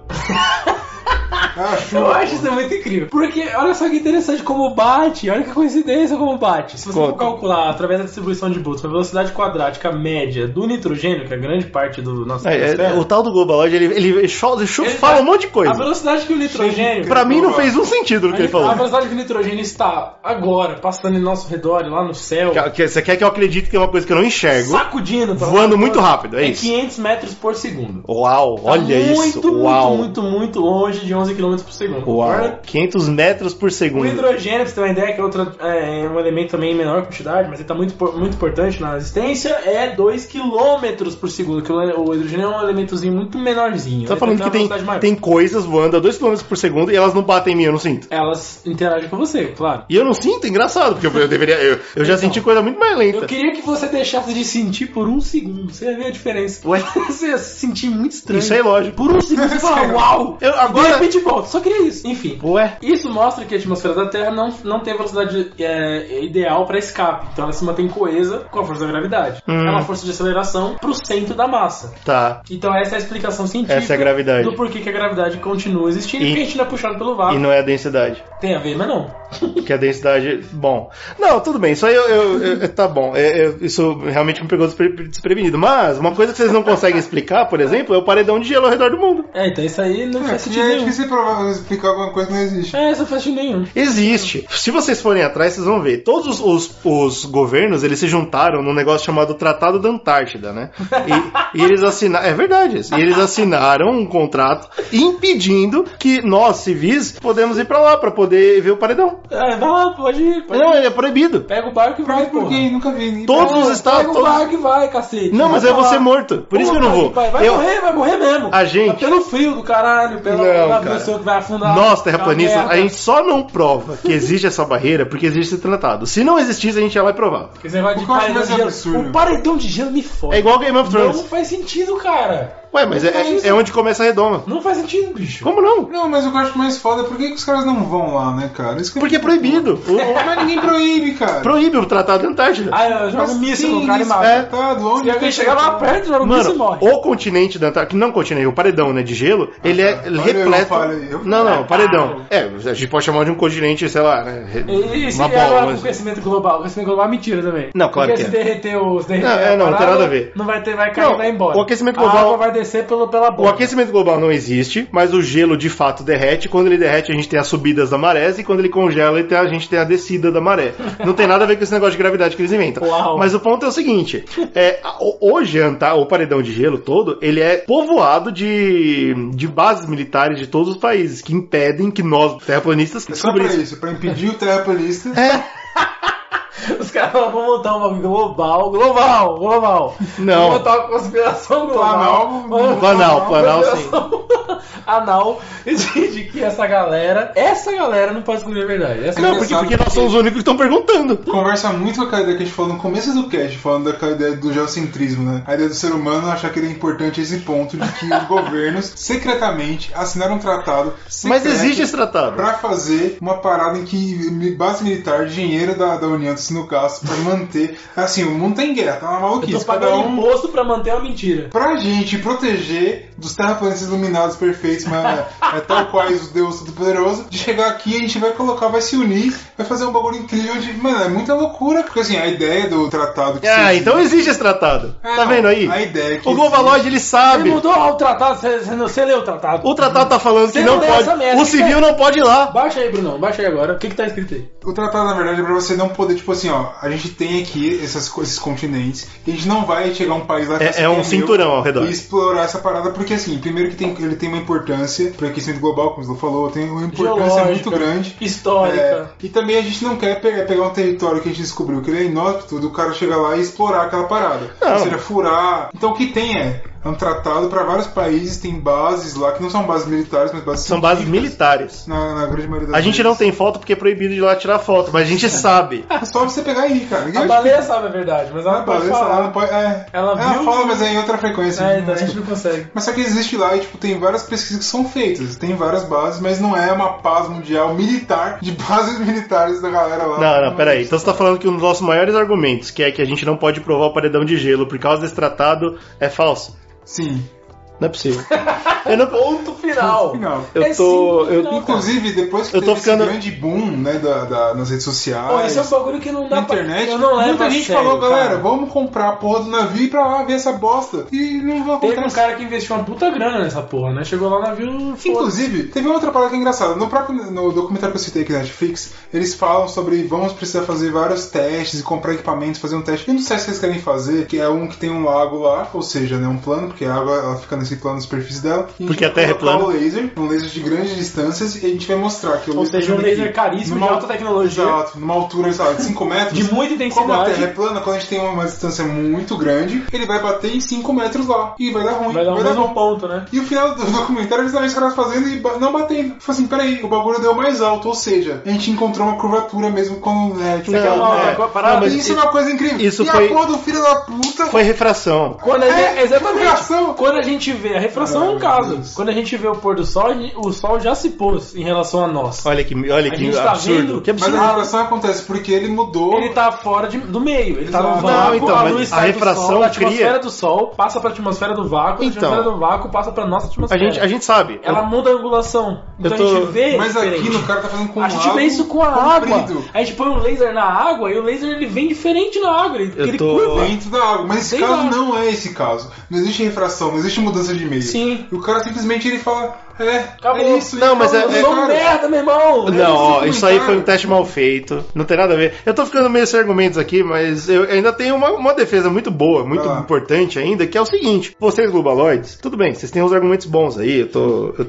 Eu acho isso muito incrível. Porque olha só que interessante como bate. Olha que coincidência como bate. Se você for calcular através da distribuição de Boltzmann a velocidade quadrática média do nitrogênio, que é grande parte do nosso atmosfera, O tal do Globaloid, ele fala um monte de coisa. a velocidade que o nitrogênio... Pra mim não fez um sentido no que ele A falou. velocidade que o nitrogênio está agora, passando em nosso redor, lá no céu, Você quer que eu acredite que é uma coisa que eu não enxergo? sacudindo, pra Voando lá, muito rápido, é isso. 500 metros por segundo. Uau, Tá olha muito, isso. Uau. muito longe de 11 km km por segundo. Uau, Concorda? 500 metros por O segundo. hidrogênio, pra você ter uma ideia, que é um elemento também em menor quantidade, mas ele tá muito importante na existência, é 2 km por segundo, que o hidrogênio é um elementozinho muito menorzinho. Você tá falando que tem coisas voando a 2 km por segundo e elas não batem em mim, eu não sinto. Elas interagem com você, claro. E eu não sinto, engraçado, porque eu deveria. Eu já senti coisa muito mais lenta. Eu queria que você deixasse de sentir por 1 segundo. Você ia ver a diferença. Ué? Você ia se sentir muito estranho. Isso é ilógico. Por 1 segundo você fala, uau! Agora... E de repente volta. Só queria isso. Enfim. Ué? Isso mostra que a atmosfera da Terra não tem a velocidade ideal para escape. Então ela se mantém coesa com a força da gravidade. É uma força de aceleração pro centro da massa. Tá. Então essa é a explicação científica Essa é a gravidade. do porquê que a gravidade continua existindo e que a gente não é puxado pelo vácuo. E não é a densidade. Tem a ver, mas não. Que a densidade... Bom. Não, tudo bem. Isso aí tá bom. Isso realmente me pegou desprevenido. Mas uma coisa que vocês não conseguem explicar, por exemplo, é o paredão de gelo ao redor do mundo. Então isso aí não faz sentido É nenhum. difícil explicar alguma coisa que não existe. Isso não faz sentido nenhum. Existe. Se vocês forem atrás, vocês vão ver. Todos os governos, eles se juntaram num negócio chamado Tratado da Antártida, né? E eles assinaram... É verdade. E eles assinaram um contrato impedindo que nós, civis, podemos ir pra lá pra poder ver o paredão. Vai lá, pode ir. Não, ele é proibido. Pega o barco e vai, Por porra. quê? Nunca vi. Todos os estados... Pega o barco e vai, cacete. Não, mas Vai eu vou pra ser lá. morto. Por isso que eu não vou. Vai morrer mesmo. A gente... Pelo frio do caralho, pelo Não, navio cara. seu que vai afundar. Nós, terraplanistas, merda. a gente só não prova que existe essa barreira porque existe esse tratado. Se não existisse, a gente ia lá e provar. Esse negócio de O que eu acho paredão mais de gelo. absurdo. O paredão de gelo me fode. É igual Game of Thrones. Não faz sentido, cara. Ué, mas é onde começa a redoma. Não faz sentido, bicho. Como não? Não, mas o que eu acho mais foda é por que os caras não vão lá, né, cara? Isso que Porque é proibido. Mas ninguém proíbe, cara. Proíbe o Tratado da Antártida. Eu jogo míssil no cara e é mata. tratado, Se alguém chegar lá perto, joga o míssil e Mano, morre. o continente da Antártida, não o continente, o paredão, né, de gelo, ele é repleto... eu Não, paredão. A gente pode chamar de um continente, sei lá, né, E se uma agora bola. com o Mas... aquecimento global? O aquecimento global é mentira também. Não, claro Porque que se é. derreter Não, a não tem parada, nada a ver. vai cair Não, e vai embora. o aquecimento A global- água vai descer pela borda. O aquecimento global não existe, mas o gelo de fato derrete. Quando ele derrete, a gente tem as subidas da maré, e quando ele congela, a gente tem a descida da maré. Não tem nada a ver com esse negócio de gravidade que eles inventam. Uau. Mas o ponto é o seguinte: hoje o paredão de gelo todo, ele é povoado de bases militares de todos os países que impedem que nós, terraplanistas, É só pra descobrimos. isso, pra impedir o terraplanista. Os caras vão montar um bagulho global. Não. Vão montar uma conspiração global. Planal, sim. Anal de que essa galera não pode descobrir a verdade. Não, porque nós somos os únicos que estão perguntando. Conversa muito com aquela ideia que a gente falou no começo do cast, falando daquela ideia do geocentrismo, né? A ideia do ser humano achar que ele é importante a esse ponto de que os governos secretamente assinaram um tratado Mas secreto existe esse tratado. pra fazer uma parada em que base militar, dinheiro da União tá sendo gasto pra manter. Assim, o mundo tá em guerra, tá uma Eu maluquice. tô pagando imposto pra manter uma mentira. Pra gente proteger dos terraplanistas iluminados perfeitos, mas tal quais os deuses todo-poderoso, de chegar aqui a gente vai se unir, vai fazer um bagulho incrível de. Mano, é muita loucura, porque assim, a ideia do tratado que Então existe esse tratado. Tá não, vendo aí? a ideia é que O Globaloid, ele sabe. Ele mudou o tratado, você leu o tratado? O tratado tá falando que Você não não lê pode. essa merda, O civil não pode ir lá. Baixa aí, Brunão, baixa aí agora. O que tá escrito aí? O tratado, na verdade, é pra você não poder, tipo assim, ó, a gente tem aqui esses continentes, e a gente não vai chegar a um país lá que É um cinturão ao redor. e explorar essa parada, porque assim, primeiro que ele tem uma importância para o aquecimento global, como você falou, tem uma importância Geológica, muito grande. histórica. E também a gente não quer pegar um território que a gente descobriu que ele é inóspito, do cara chegar lá e explorar aquela parada. Não. Ou seja, furar. Então o que tem é um tratado para vários países, tem bases lá, que não são bases militares, mas bases São bases científicas, militares. na grande maioria das A gente vezes. não tem foto porque é proibido de ir lá tirar foto, mas a gente sabe. É só você pegar aí, cara. Ninguém A vai te baleia sabe a verdade, mas ela A não pode baleia, falar. ela não pode. Ela viu fala, que- mas é em outra frequência. Então a gente não consegue. Mas só que existe lá e tipo, tem várias pesquisas que são feitas, tem várias bases, mas não é uma paz mundial militar de bases militares da galera lá. Não, peraí. Então você tá falando que um dos nossos maiores argumentos, que é que a gente não pode provar o paredão de gelo por causa desse tratado, é falso? Sim. Não é possível. Eu não... Ponto final. Final. Eu É tô... sim, eu- não. Inclusive, depois que Eu tô teve ficando- esse grande boom, né, nas redes sociais, Pô, esse é um bagulho que não dá na internet, Eu não levo muita a gente sério, falou, galera, cara. vamos comprar a porra do navio e ir pra lá ver essa bosta. E não vai Teve um acontecer. cara que investiu uma puta grana nessa porra, né? Chegou lá no navio. foda-se. Inclusive, teve uma outra parada que é engraçada. No documentário que eu citei aqui na Netflix, eles falam sobre vamos precisar fazer vários testes e comprar equipamentos, fazer um teste. E um dos testes que eles querem fazer, que é um que tem um lago lá, ou seja, né, um plano, porque a água ela fica que plana na superfície dela. E Porque a a gente vai Terra é colocar plana. um laser de grandes distâncias, e a gente vai mostrar que o Ou seja, um laser caríssimo, de alta tecnologia. Exato, numa altura, sei lá, de 5 metros. De muita Como a Terra é intensidade. plana, quando a gente tem uma distância muito grande, ele vai bater em 5 metros lá. E vai dar ruim. Vai dar o mesmo ponto, né? E o final do documentário é justamente os caras fazendo e não batendo. Tipo assim, peraí, o bagulho deu mais alto, ou seja, a gente encontrou uma curvatura mesmo quando... Tipo, Você quer uma parada? mas isso é uma coisa incrível. isso e foi- a porra do filho da puta... Foi refração. Quando a gente, exatamente. refração. Quando a gente vê, a refração é um meu caso. Deus. Quando a gente vê o pôr do sol, o sol já se pôs em relação a nós. Olha que gente tá absurdo. vendo? Que Mas absurdo. a refração acontece porque ele mudou... Ele tá fora do meio, ele tá no Exato. vácuo, Não, então, a mas luz a sai refração do sol, da atmosfera cria- do sol, passa pra atmosfera do vácuo, Então. a atmosfera do vácuo passa pra nossa A atmosfera. gente sabe. Ela muda a angulação. Então Eu tô- a gente vê Mas aqui diferente. no cara tá fazendo com A gente algo vê isso com a água. comprido. A gente põe um laser na água e o laser ele vem diferente na água. Ele tô- curva. Dentro da água. Mas esse Dentro caso da água. não é esse caso. Não existe refração, não existe mudança de meio. Sim. E o cara simplesmente ele fala, Acabou. é isso. Não, mas acabou. Eu sou um merda, meu irmão. Não, ó, esse isso aí foi um comentário- teste mal feito. Não tem nada a ver. Eu tô ficando meio sem argumentos aqui, mas eu ainda tenho uma defesa muito boa, muito importante ainda, que é o seguinte: vocês globaloides, tudo bem, vocês têm uns argumentos bons aí, eu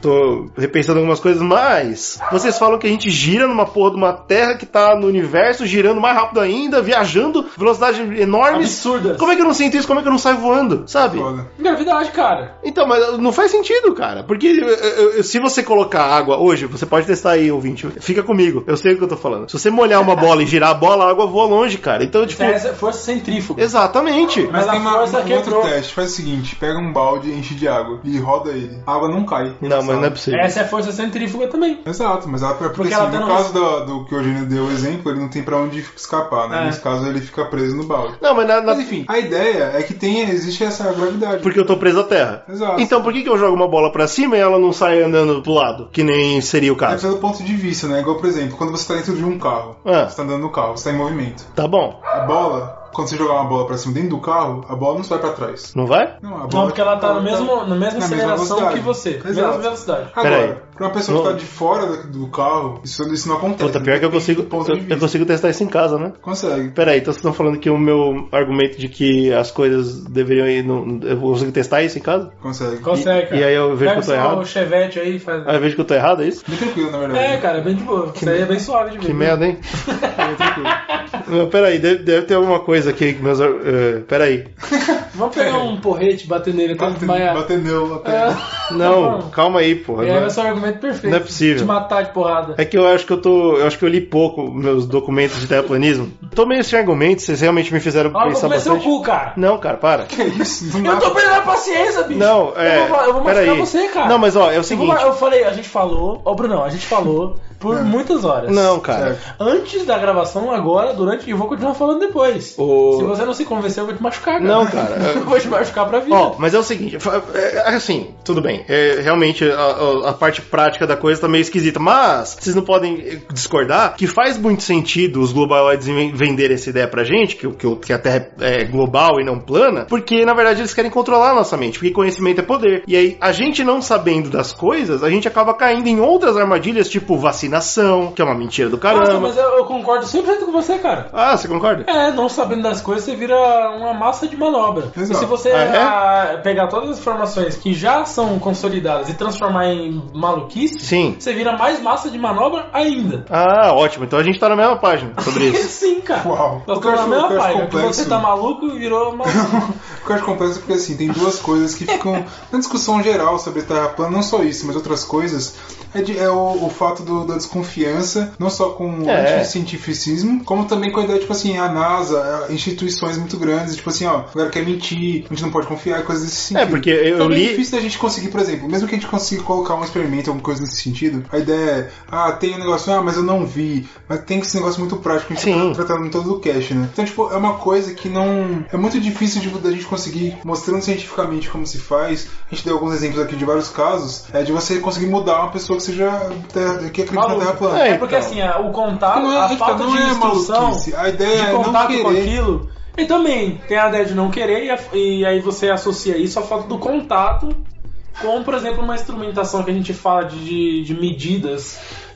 tô repensando algumas coisas, mas vocês falam que a gente gira numa porra de uma terra que tá no universo, girando mais rápido ainda, viajando, velocidades enormes. Absurdas. Como é que eu não sinto isso? Como é que eu não saio voando? Sabe? Foda. Gravidade, cara. Então, mas não faz sentido, cara. Porque se você colocar água hoje, você pode testar aí, ouvinte. Fica comigo, eu sei o que eu tô falando. Se você molhar uma bola e girar a bola, a água voa longe, cara. Então, tipo. Essa é força centrífuga. Exatamente. Mas Mas tem a força um outro quebrou. teste. Faz o seguinte, pega um balde, enche de água e roda ele. A água não cai. Não, mas não é possível. Essa é a força centrífuga também. Exato, mas ela, porque Porque assim, ela tá no no- caso do que o Eugênio deu o exemplo, ele não tem pra onde escapar, né? É. Nesse caso ele fica preso no balde. Não, mas Mas enfim, a ideia é que existe essa gravidade. porque eu tô preso à terra. Exato. Então por que eu jogo uma bola pra cima e ela não sai andando pro lado? Que nem seria o É caso. pelo ponto de vista, né? Igual, por exemplo, quando você tá dentro de um carro, Ah. você tá andando no carro, você tá em movimento. Tá bom. A bola, quando você jogar uma bola pra cima dentro do carro, a bola não sai pra trás. Não vai? Não, a bola Não, porque ela tá na mesma na aceleração velocidade. que você. Exato. Mesma velocidade. Peraí. Agora, pra uma pessoa que Não. tá de fora do carro, isso não acontece. Puta, pior que eu Depende consigo. do ponto de Eu vista. consigo testar isso em casa, né? Consegue. Peraí, então vocês estão falando que o meu argumento de que as coisas deveriam ir. Eu consigo testar isso em casa? Consegue. Consegue, cara. E aí eu vejo Pega que eu tô só errado? o Chevette aí e faz. Ah, eu vejo que eu tô errado, é isso? Bem tranquilo, na verdade. É, cara, é bem de boa. Isso aí é bem suave de ver. Que merda, hein? Bem tranquilo. Não, peraí, deve ter alguma coisa aqui que meus. Peraí. Vamos pegar um porrete e bater nele até ele desmaiar. Bateu, até. É. Não, Tá calma aí, porra. E aí vai ser um argumento perfeito. Não é possível. Te matar de porrada. É que eu acho que eu acho que eu li pouco meus documentos de terraplanismo. Tô meio sem argumentos, vocês realmente me fizeram Ó, eu vou pensar comer seu bastante. cu, cara. Não, cara, para. Que isso? Do Eu nada. tô perdendo a paciência, bicho. Não, é. Eu vou machucar peraí. você, cara. Não, mas ó, é o Eu, seguinte. eu falei, a gente falou. Ô, Brunão, a gente falou por muitas horas. Não, cara. Certo. Antes da gravação, agora, durante, e eu vou continuar falando depois. O- Se você não se convencer, eu vou te machucar, cara. Não, cara. Eu vou te machucar pra vida. Ó, mas é o seguinte, assim, tudo bem. Realmente a parte prática da coisa tá meio esquisita, mas vocês não podem discordar que faz muito sentido os globaloides venderem essa ideia pra gente, que a Terra é global e não plana, porque na verdade eles querem controlar a nossa mente, porque conhecimento é poder. E aí, a gente não sabendo das coisas, a gente acaba caindo em outras armadilhas, tipo vacinação, que é uma mentira do Nossa, caramba. mas eu concordo 100% com você, cara. Ah, você concorda? É, não sabendo das coisas, você vira uma massa de manobra. Exato. E se você Ah, pegar todas as informações que já são consolidadas e transformar em maluquice, Sim. você vira mais massa de manobra ainda. Ah, ótimo. Então a gente tá na mesma página sobre isso. Sim, cara. Uau. Nós O que eu estamos na acho mesma página. Que complexo- você tá maluco e virou maluco. O que eu acho complexo é porque assim, tem duas coisas que ficam na discussão geral sobre Terra plana, não só isso, mas outras coisas. É o fato da desconfiança, não só com o anticientificismo, como também com a ideia, tipo assim, a NASA, instituições muito grandes, tipo assim, ó, a galera quer mentir, a gente não pode confiar, coisas desse sentido. Porque eu Então é bem li. difícil da gente conseguir, por exemplo, mesmo que a gente consiga colocar um experimento, alguma coisa nesse sentido, a ideia é, tem um negócio, mas eu não vi, mas tem esse negócio muito prático, a gente Sim. tá tratando em todo o cache, né? Então, tipo, é uma coisa que não... É muito difícil da gente conseguir, mostrando cientificamente como se faz, a gente deu alguns exemplos aqui de vários casos, de você conseguir mudar uma pessoa que seja que acredita na Terra plana. É, É porque então. assim, o contato, Não é- a falta não de é instrução, maluquice. A ideia de é não contato com querer. aquilo. E também tem a ideia de não querer e aí você associa isso à falta do contato com, por exemplo, uma instrumentação que a gente fala de medidas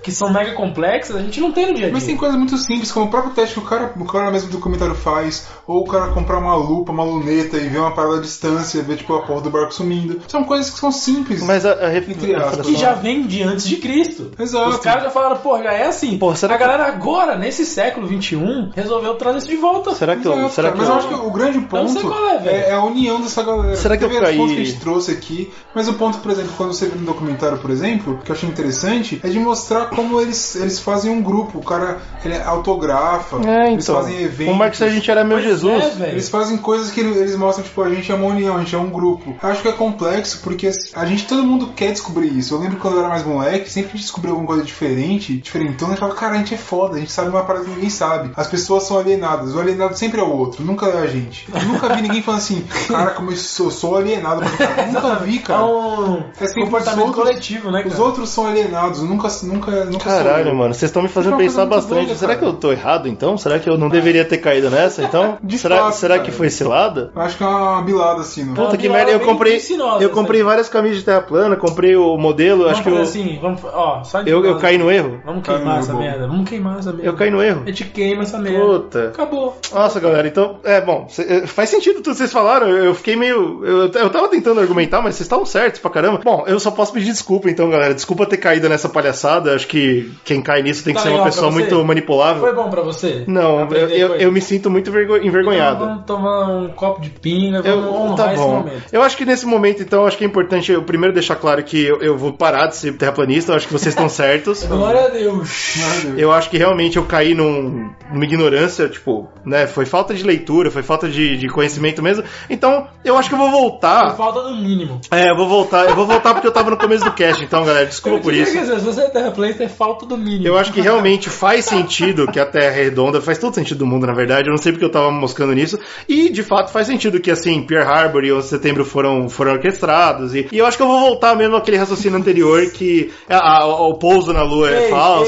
que são mega complexas, a gente não tem no dia a dia. Mas tem coisas muito simples, como o próprio teste que o cara mesmo do comentário faz, ou o cara comprar uma lupa, uma luneta e ver uma parada à distância, ver tipo a porra do barco sumindo. São coisas que são simples. Mas entre aspas. Que já vem de antes de Cristo. Exato. Os caras já falaram, pô, já é assim. Pô, será a galera agora, nesse século XXI, resolveu trazer isso de volta. Será que Exato, será que mas eu acho que o grande ponto sei qual é, velho. é a união dessa galera. Será que eu Teve caí? pontos que a gente trouxe aqui, mas o ponto, por exemplo, quando você vê no documentário, por exemplo, que eu achei interessante, é de mostrar como eles fazem um grupo. O cara, ele autografa, eles fazem eventos. O Marcos a gente era meu Jesus. Eles fazem coisas que eles mostram, tipo, a gente é uma união, a gente é um grupo. Eu acho que é complexo porque todo mundo quer descobrir isso. Eu lembro quando eu era mais moleque, sempre que a gente descobriu alguma coisa diferentona, a gente falava, cara, a gente é foda, a gente sabe uma parada que ninguém sabe. As pessoas são alienadas, o alienado sempre é o outro, nunca é a gente. Eu nunca vi ninguém falando assim, cara, como eu sou alienado, mas cara, eu nunca vi, cara. É um comportamento coletivo, né, cara? Os outros são alienados, nunca Caralho, mano, vocês estão me fazendo pensar bastante. doida, será cara. que eu tô errado, então? Será que eu não deveria ter caído nessa, então? Será que foi cilada? Eu acho que é uma bilada, assim, não. Puta que merda, eu comprei várias camisas de terra plana, comprei o modelo, vamos acho que eu... assim, só de Eu caí no erro? Vamos queimar essa merda, Eu caí no erro? A gente queima essa merda. Puta. Acabou. Nossa, galera, então, bom, faz sentido tudo que vocês falaram, eu fiquei meio... Eu tava tentando argumentar, mas vocês estavam certos pra caramba. Bom, eu só posso pedir desculpa, então, galera, desculpa ter caído nessa palhaçada, acho que quem cai nisso tem que ser uma pessoa muito manipulável. Foi bom pra você? Não, eu me sinto muito envergonhado. Então, vamos tomar um copo de pinga, vamos honrar esse momento. Eu acho que nesse momento, então, acho que é importante eu primeiro deixar claro que eu vou parar de ser terraplanista, eu acho que vocês estão certos. Glória a Deus. Eu acho que realmente eu caí numa ignorância, tipo, né, foi falta de leitura, foi falta de conhecimento mesmo. Então, eu acho que eu vou voltar. Foi falta do mínimo. Eu vou voltar porque eu tava no começo do cast, então, galera, desculpa por isso. Se você é terraplanista, é falta do mínimo. Eu acho que realmente faz sentido que a Terra é redonda, faz todo sentido do mundo, na verdade. Eu não sei porque eu tava moscando nisso. E, de fato, faz sentido que, assim, Pearl Harbor e 11 de setembro foram orquestrados. E eu acho que eu vou voltar mesmo àquele raciocínio anterior que o pouso na Lua é falso.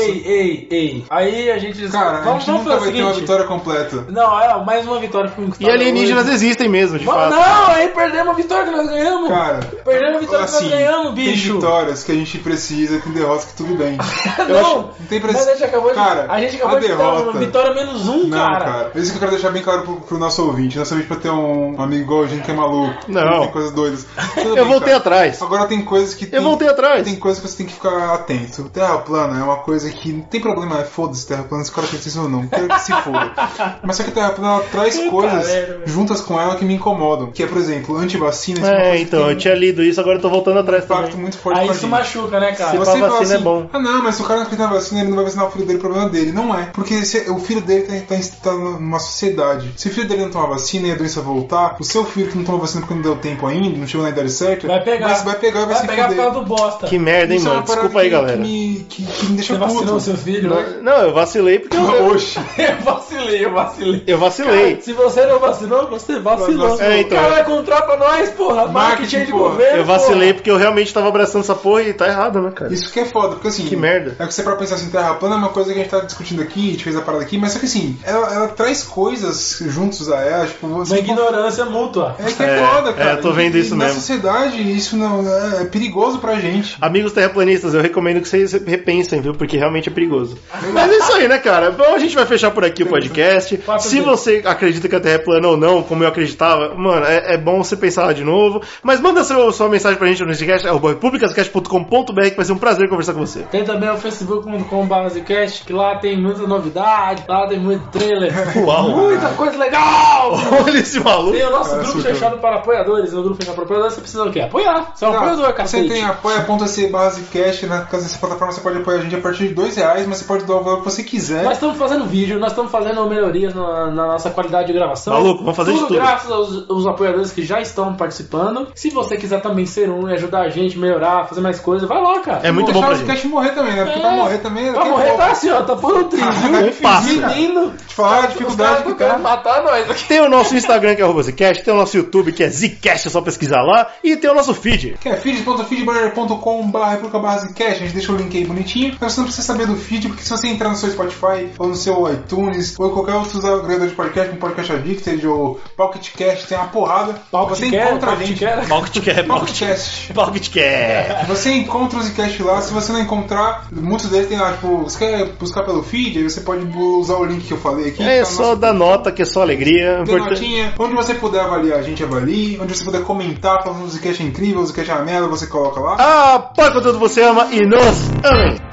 Ei. Aí a gente... Cara, a gente nunca vai ter uma vitória completa. Não, mais uma vitória E alienígenas existem mesmo, de fato. Não, aí perdemos a vitória que nós ganhamos. Cara, perdemos a vitória que nós ganhamos, bicho. Tem vitórias que a gente precisa, tem derrotas que tudo bem. Não tem mas a gente acabou de derrota, ter uma vitória -1, cara. Isso que eu quero deixar bem claro pro nosso ouvinte. Nosso ouvinte pra ter um amigo igual a gente que é maluco. Não. Tem coisas doidas. Eu voltei atrás. Agora tem coisas que... Eu voltei atrás. Tem coisas que você tem que ficar atento. Terra plana é uma coisa que não tem problema, foda-se Terra plana, se o cara pensa isso ou não. Quero que se foda. Mas só que a Terra plana ela traz coisas juntas com ela que me incomodam. Que é, por exemplo, antivacina. Então, eu tinha lido isso, agora eu tô voltando atrás também. Impacto muito forte aí isso machuca, né, cara? Se você a vacina assim, é bom. Não, mas se o cara não acredita na vacina, ele não vai vacinar o filho dele, o problema dele. Não é. Porque o filho dele tá numa sociedade. Se o filho dele não tomar vacina e a doença voltar, o seu filho que não toma vacina porque não deu tempo ainda, não chegou na idade certa, vai pegar e vai se pegar por causa do bosta. Que merda, hein, mano? Desculpa aí, galera. Que me deixa Você puto. vacinou seu filho, né? Não, eu vacilei porque Oxi. Eu vacilei. Cara, se você não vacinou, você vacilou. Então. Cara, contrata nós, porra. Marketing de governo. Eu vacilei porque eu realmente tava abraçando essa porra e tá errado, né, cara? Isso que é foda, porque assim... Que merda. É que você pra pensar assim, Terra plana é uma coisa que a gente tá discutindo aqui, a gente fez a parada aqui, mas só que assim, ela traz coisas juntos a ela, tipo... Uma ignorância mútua. É que é foda, cara. Eu tô vendo isso mesmo. Na sociedade, isso não é perigoso pra gente. Amigos terraplanistas, eu recomendo que vocês repensem, viu? Porque realmente é perigoso. Mas é isso aí, né, cara? Bom, a gente vai fechar por aqui o podcast. Se você acredita que a Terra é plana ou não, como eu acreditava, mano, é bom você pensar lá de novo. Mas manda sua mensagem pra gente no Zcast, republicascast.com.br, que vai ser um prazer conversar com você. Tem também o facebook.com/Zcast, que lá tem muita novidade, lá tem muito trailer. Uau! Muita coisa legal! Olha esse maluco! Tem o nosso grupo fechado para apoiadores. No grupo fechado para apoiadores, você precisa o quê? Apoiar. Você é um apoiador, cacete. Você tem apoia.se/Zcast, na casa dessa plataforma você pode apoiar a gente a partir de R$2, mas você pode doar o valor que você quiser. Nós estamos fazendo vídeo, nós estamos fazendo melhorias na nossa qualidade de gravação. Maluco, vamos fazer tudo. Graças aos apoiadores que já estão participando. Se você quiser também ser um e ajudar a gente a melhorar, fazer mais coisas, vai lá, cara. É muito bom pra gente. O Zcast morrer também, né? Porque pra morrer também... Pra morrer tá assim, ó, tá por um trilho, viu? Menino, te falar a dificuldade que quer matar nós. Tem o nosso Instagram, que é @Zcast, tem o nosso YouTube, que é Zcast, é só pesquisar lá, e tem o nosso feed. Que é feed.feedburner.com/Zcast. A gente deixa o link aí bonitinho. Mas você não precisa saber do feed, porque se você entrar no seu Spotify, ou no seu iTunes, ou em qualquer outro agregador de podcast, como Podcast Addicted ou Pocket Cast, tem uma porrada. Você encontra a gente. Pocket Cast. Você encontra o Zcast lá. Se você não encontrar, lá. Muitos deles tem lá, tipo, você quer buscar pelo feed, aí você pode usar o link que eu falei aqui. É tá só dar nota, que é só alegria. Dê notinha. Onde você puder avaliar, a gente avalie. Onde você puder comentar, falando que o Zcast é incrível, o Zcast é uma merda, você coloca lá. Ah, pode conteúdo você ama e nos amem.